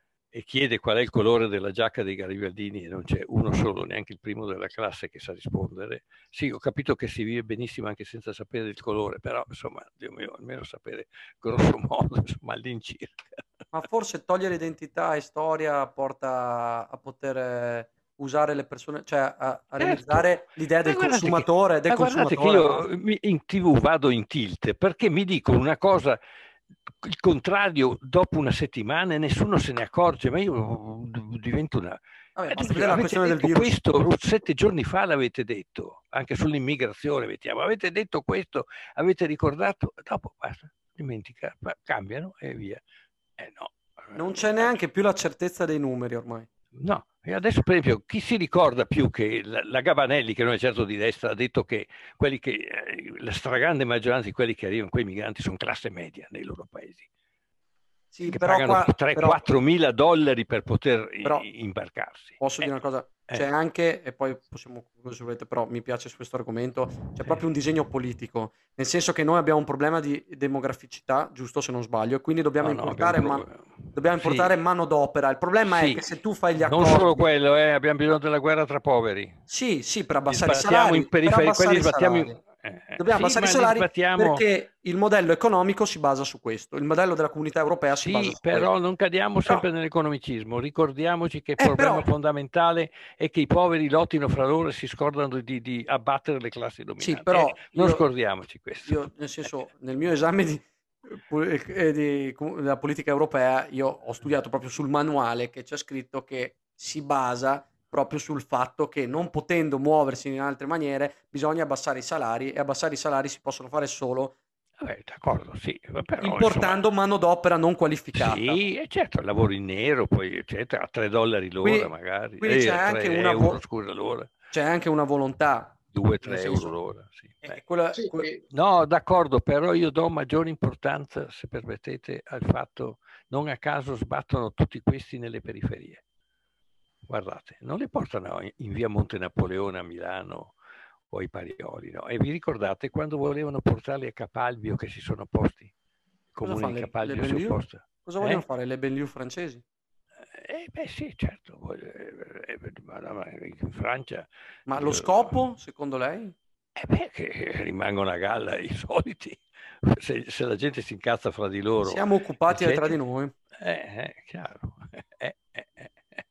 e chiede qual è il colore della giacca dei Garibaldini e non c'è uno solo, neanche il primo della classe che sa rispondere. Sì, ho capito che si vive benissimo anche senza sapere il colore, però insomma, Dio mio, almeno sapere grosso modo, insomma, all'incirca. Ma forse togliere identità e storia porta a poter eh, usare le persone, cioè a, a Certo, realizzare l'idea ma del guardate che, consumatore, del ma guardate che consumatore, no? io mi- in tv vado in tilt perché mi dicono una cosa, il contrario, dopo una settimana e nessuno se ne accorge, ma io divento una... Vabbè, Ma basta dico, vedere la avete questione del detto virus. questo sette giorni fa, l'avete detto, anche sull'immigrazione, mettiamo, avete detto questo, avete ricordato, dopo basta, dimentica, fa- cambiano e via. Eh no. Non c'è neanche più la certezza dei numeri ormai. No, e adesso per esempio chi si ricorda più che la, la Gabanelli, che non è certo di destra, ha detto che quelli che, eh, la stragrande maggioranza di quelli che arrivano, quei migranti, sono classe media nei loro paesi, Sì, che però pagano qua, però, tre quattro mila dollari per poter però i- imbarcarsi. posso Eh, dire una cosa, c'è eh, anche, e poi possiamo concludere se volete, però mi piace su questo argomento, c'è sì. proprio un disegno politico, nel senso che noi abbiamo un problema di demograficità, giusto se non sbaglio, e quindi dobbiamo No, no, abbiamo importare, man- pro- dobbiamo importare sì, manodopera. Il problema è che sì, se tu fai gli non solo accordi, quello, eh, abbiamo bisogno della guerra tra poveri. sì, sì, per Li abbassare i sbattiamo in salari, per periferia, quelli abbassare li i sbattiamo in... salari. eh, eh, Dobbiamo sì, abbassare i ma li salari sbattiamo... perché il modello economico si basa su questo, il modello della comunità europea si basa Sì, su però questo. non cadiamo Però, sempre nell'economicismo. Ricordiamoci che il eh, problema però fondamentale è che i poveri lottino fra loro e si scordano di, di abbattere le classi sì, dominanti. Eh, però non io, scordiamoci questo. io, nel senso, nel mio esame di, eh, di- della politica europea, io ho studiato proprio sul manuale che c'è scritto che si basa proprio sul fatto che non potendo muoversi in altre maniere bisogna abbassare i salari, e abbassare i salari si possono fare solo Vabbè, d'accordo, sì, però importando insomma, manodopera non qualificata. sì, e certo, il lavoro in nero, poi eccetera, a tre dollari l'ora Quindi, magari, quindi c'è eh, anche tre una, euro, vo- scusa, l'ora, c'è anche una volontà, due, nel tre euro senso, l'ora, sì. è Beh. quella, Sì, que- e- No, d'accordo, però io do maggiore importanza, se permettete, al fatto, non a caso sbattono tutti questi nelle periferie. Guardate, non li portano in in via Monte Napoleone a Milano o ai Parioli, no? E vi ricordate quando volevano portarli a Capalbio che si sono opposti? Il cosa comune di fanno le, le Capalbio si è banlieue? opposto. Cosa vogliono Eh? fare le banlieue francesi? Eh, beh sì, certo, voglio- eh, eh, ma- ma in Francia, Ma lo io, scopo, secondo lei? eh beh, che rimangono a galla i soliti, se, se la gente si incazza fra di loro, Siamo occupati tra di eccetera, noi. eh, è chiaro. Eh, eh, eh, eh.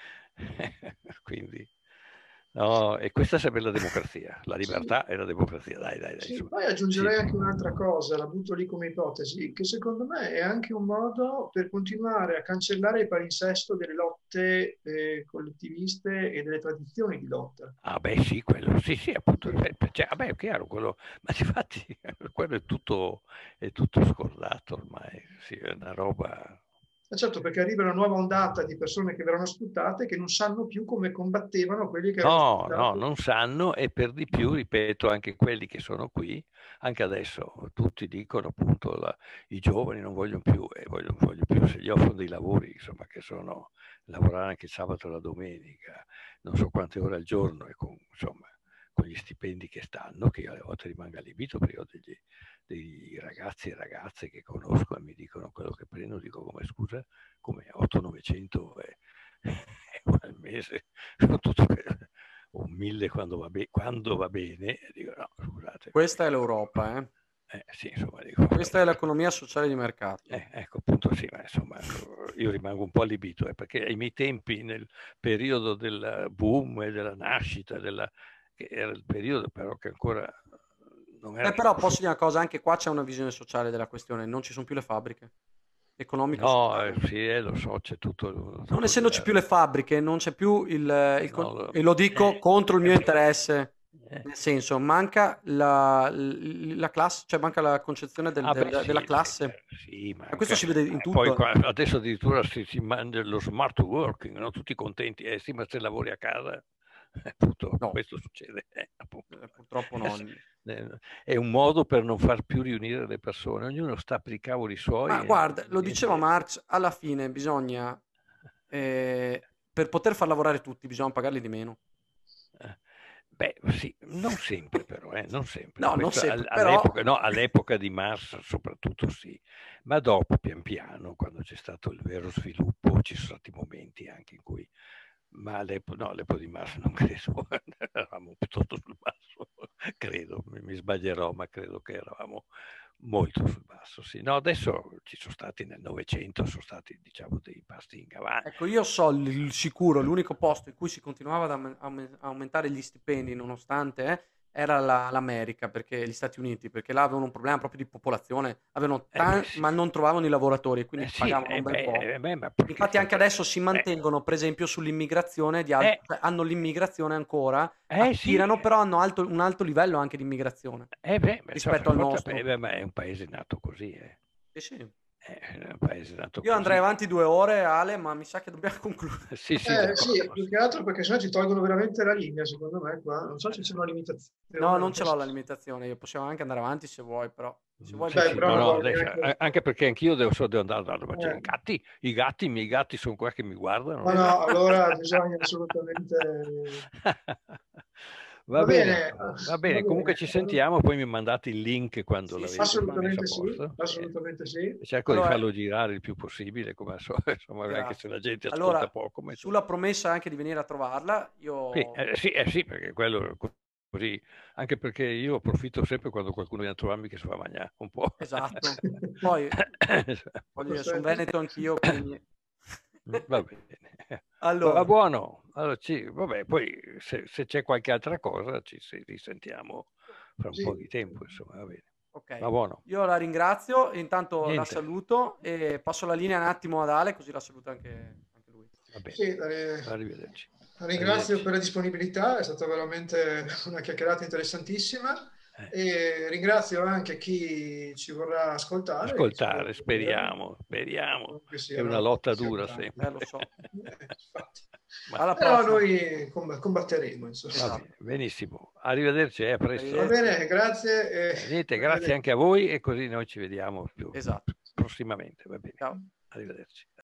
Quindi, no, e questa sarebbe la democrazia, la sì, libertà e la democrazia, dai, dai, dai, sì, su. poi Sì. aggiungerei anche un'altra cosa, la butto lì come ipotesi, che secondo me è anche un modo per continuare a cancellare il palinsesto delle lotte eh, collettiviste e delle tradizioni di lotta. Ah beh sì, quello, sì sì, appunto, Sì. eh, cioè, vabbè, è chiaro, quello, ma infatti quello è tutto, è tutto scordato ormai, sì, è una roba. Ma certo, perché arriva una nuova ondata di persone che verranno sfruttate che non sanno più come combattevano quelli che erano No, no, sfruttati. non sanno e per di più, ripeto, anche quelli che sono qui, anche adesso tutti dicono appunto la- i giovani non vogliono più e vogliono, vogliono più se gli offrono dei lavori, insomma, che sono lavorare anche il sabato e la domenica, non so quante ore al giorno e con, insomma, con gli stipendi che stanno, che io alle volte rimango allibito perché ho degli, dei ragazzi e ragazze che conosco e mi dicono quello che prendo, dico come scusa, come ottocento novecento euro al mese, soprattutto che un mille quando va, be- quando va bene, e dico no, scusate, Questa è l'Europa, eh? eh, sì, insomma, dico, Questa è l'economia sociale di mercato. eh, ecco, appunto sì, ma insomma, ecco, io rimango un po' allibito, eh, perché ai miei tempi, nel periodo del boom e della nascita, della, che era il periodo però che ancora non era Eh, però stato posso fatto. dire una cosa, anche qua c'è una visione sociale della questione, non ci sono più le fabbriche, No, eh, economico-sociale. sì, eh, lo so, c'è tutto, Non tutto essendoci più le diverso. fabbriche, non c'è più il, il con- No, lo- e lo dico eh, contro il eh, mio interesse, eh. nel senso, manca la, l- la classe, cioè manca la concezione del- Ah beh del- della sì, dai, classe. certo, sì, E questo manca. si vede in Eh, poi tutto. qua- adesso addirittura si, si mangia lo smart working, no? Tutti contenti, eh sì, ma se lavori a casa, appunto, No, questo succede, eh, appunto. eh, purtroppo Eh, no. sì, eh, È un modo per non far più riunire le persone, ognuno sta per i cavoli suoi Ma e guarda, lo e diceva niente. Marx, alla fine bisogna, eh, per poter far lavorare tutti, bisogna pagarli di meno. Eh, Beh, sì, non sempre però, eh, non sempre. No, non Questo al- sempre, però all'epoca, no, all'epoca di Marx soprattutto sì, ma dopo pian piano, quando c'è stato il vero sviluppo, ci sono stati momenti anche in cui, ma all'epoca, no, all'epoca di Marx non credo, eravamo piuttosto sul basso, credo, mi, mi sbaglierò, ma credo che eravamo molto sul basso, sì. No, adesso ci sono stati nel Novecento, sono stati, diciamo, dei passi in avanti. ecco, io so il il sicuro, l'unico posto in cui si continuava ad aume- aume- aumentare gli stipendi nonostante eh, era la- l'America, perché gli Stati Uniti, perché là avevano un problema proprio di popolazione, avevano Eh beh tan- sì, ma non trovavano i lavoratori e eh quindi sì, pagavano eh un bel beh, po'. eh beh, ma perché Infatti anche sempre. adesso si Eh, mantengono, per esempio, sull'immigrazione di eh, alto, cioè hanno l'immigrazione ancora, eh sì, attirano, però hanno alto- un alto livello anche di immigrazione eh beh, ma so- rispetto al forse eh, nostro. beh, ma è un paese nato così, eh. Sì, sì. Eh, È un paese nato Io andrei così. avanti due ore, Ale, ma mi sa che dobbiamo concludere. Sì, sì, Eh, sì, d'accordo. più che altro perché sennò ci tolgono veramente la linea, secondo me, qua. Non so se c'è una No, limitazione, non non ce l'ho penso. la limitazione, io possiamo anche andare avanti se vuoi, però se Mm, vuoi sì, Beh, sì, però no, non no, vorrei adesso, neanche. eh, anche perché anch'io devo, so, devo andare a andare a mangiare. Eh, I gatti, i gatti, i miei gatti sono qua che mi ma guardano. no, Esatto. allora bisogna assolutamente. Va Va bene, bene, va va bene, comunque bene. ci sentiamo, poi mi mandate il link quando Sì, sì, l'avete sì. messo a Assolutamente sì, posto. E assolutamente sì. e cerco di Allora, farlo girare il più possibile, come al solito, insomma, anche se grazie. la gente ascolta Allora, poco, ma insomma. sulla promessa anche di venire a trovarla, Sì, io... eh, sì, eh, sì, perché quello così, anche perché io approfitto sempre quando qualcuno viene a trovarmi che si fa mangiare un po'. Esatto. Poi, voglio dire, sono Perfetto. veneto anch'io, quindi... Va bene. Va Allora, buono. Allora, ci, vabbè, poi se, se c'è qualche altra cosa ci si- risentiamo fra un po' Sì. di tempo, insomma, va bene. Va ok. buono. Io la ringrazio, intanto la Niente. saluto e passo la linea un attimo ad Ale, così la saluta anche, anche lui. Va Va bene. Sì, eh, arrivederci. La ringrazio Arrivederci. per la disponibilità, è stata veramente una chiacchierata interessantissima. E ringrazio anche chi ci vorrà ascoltare. Ascoltare, speriamo, speriamo. È una lotta dura sempre. Eh, lo so. Eh, infatti. Alla Però prossima. noi com- combatteremo, insomma. Va bene, benissimo. Arrivederci, eh, a presto. Va bene, grazie. Eh, E... niente, grazie anche a voi e così noi ci vediamo più Esatto. prossimamente. Va bene. Ciao. Arrivederci.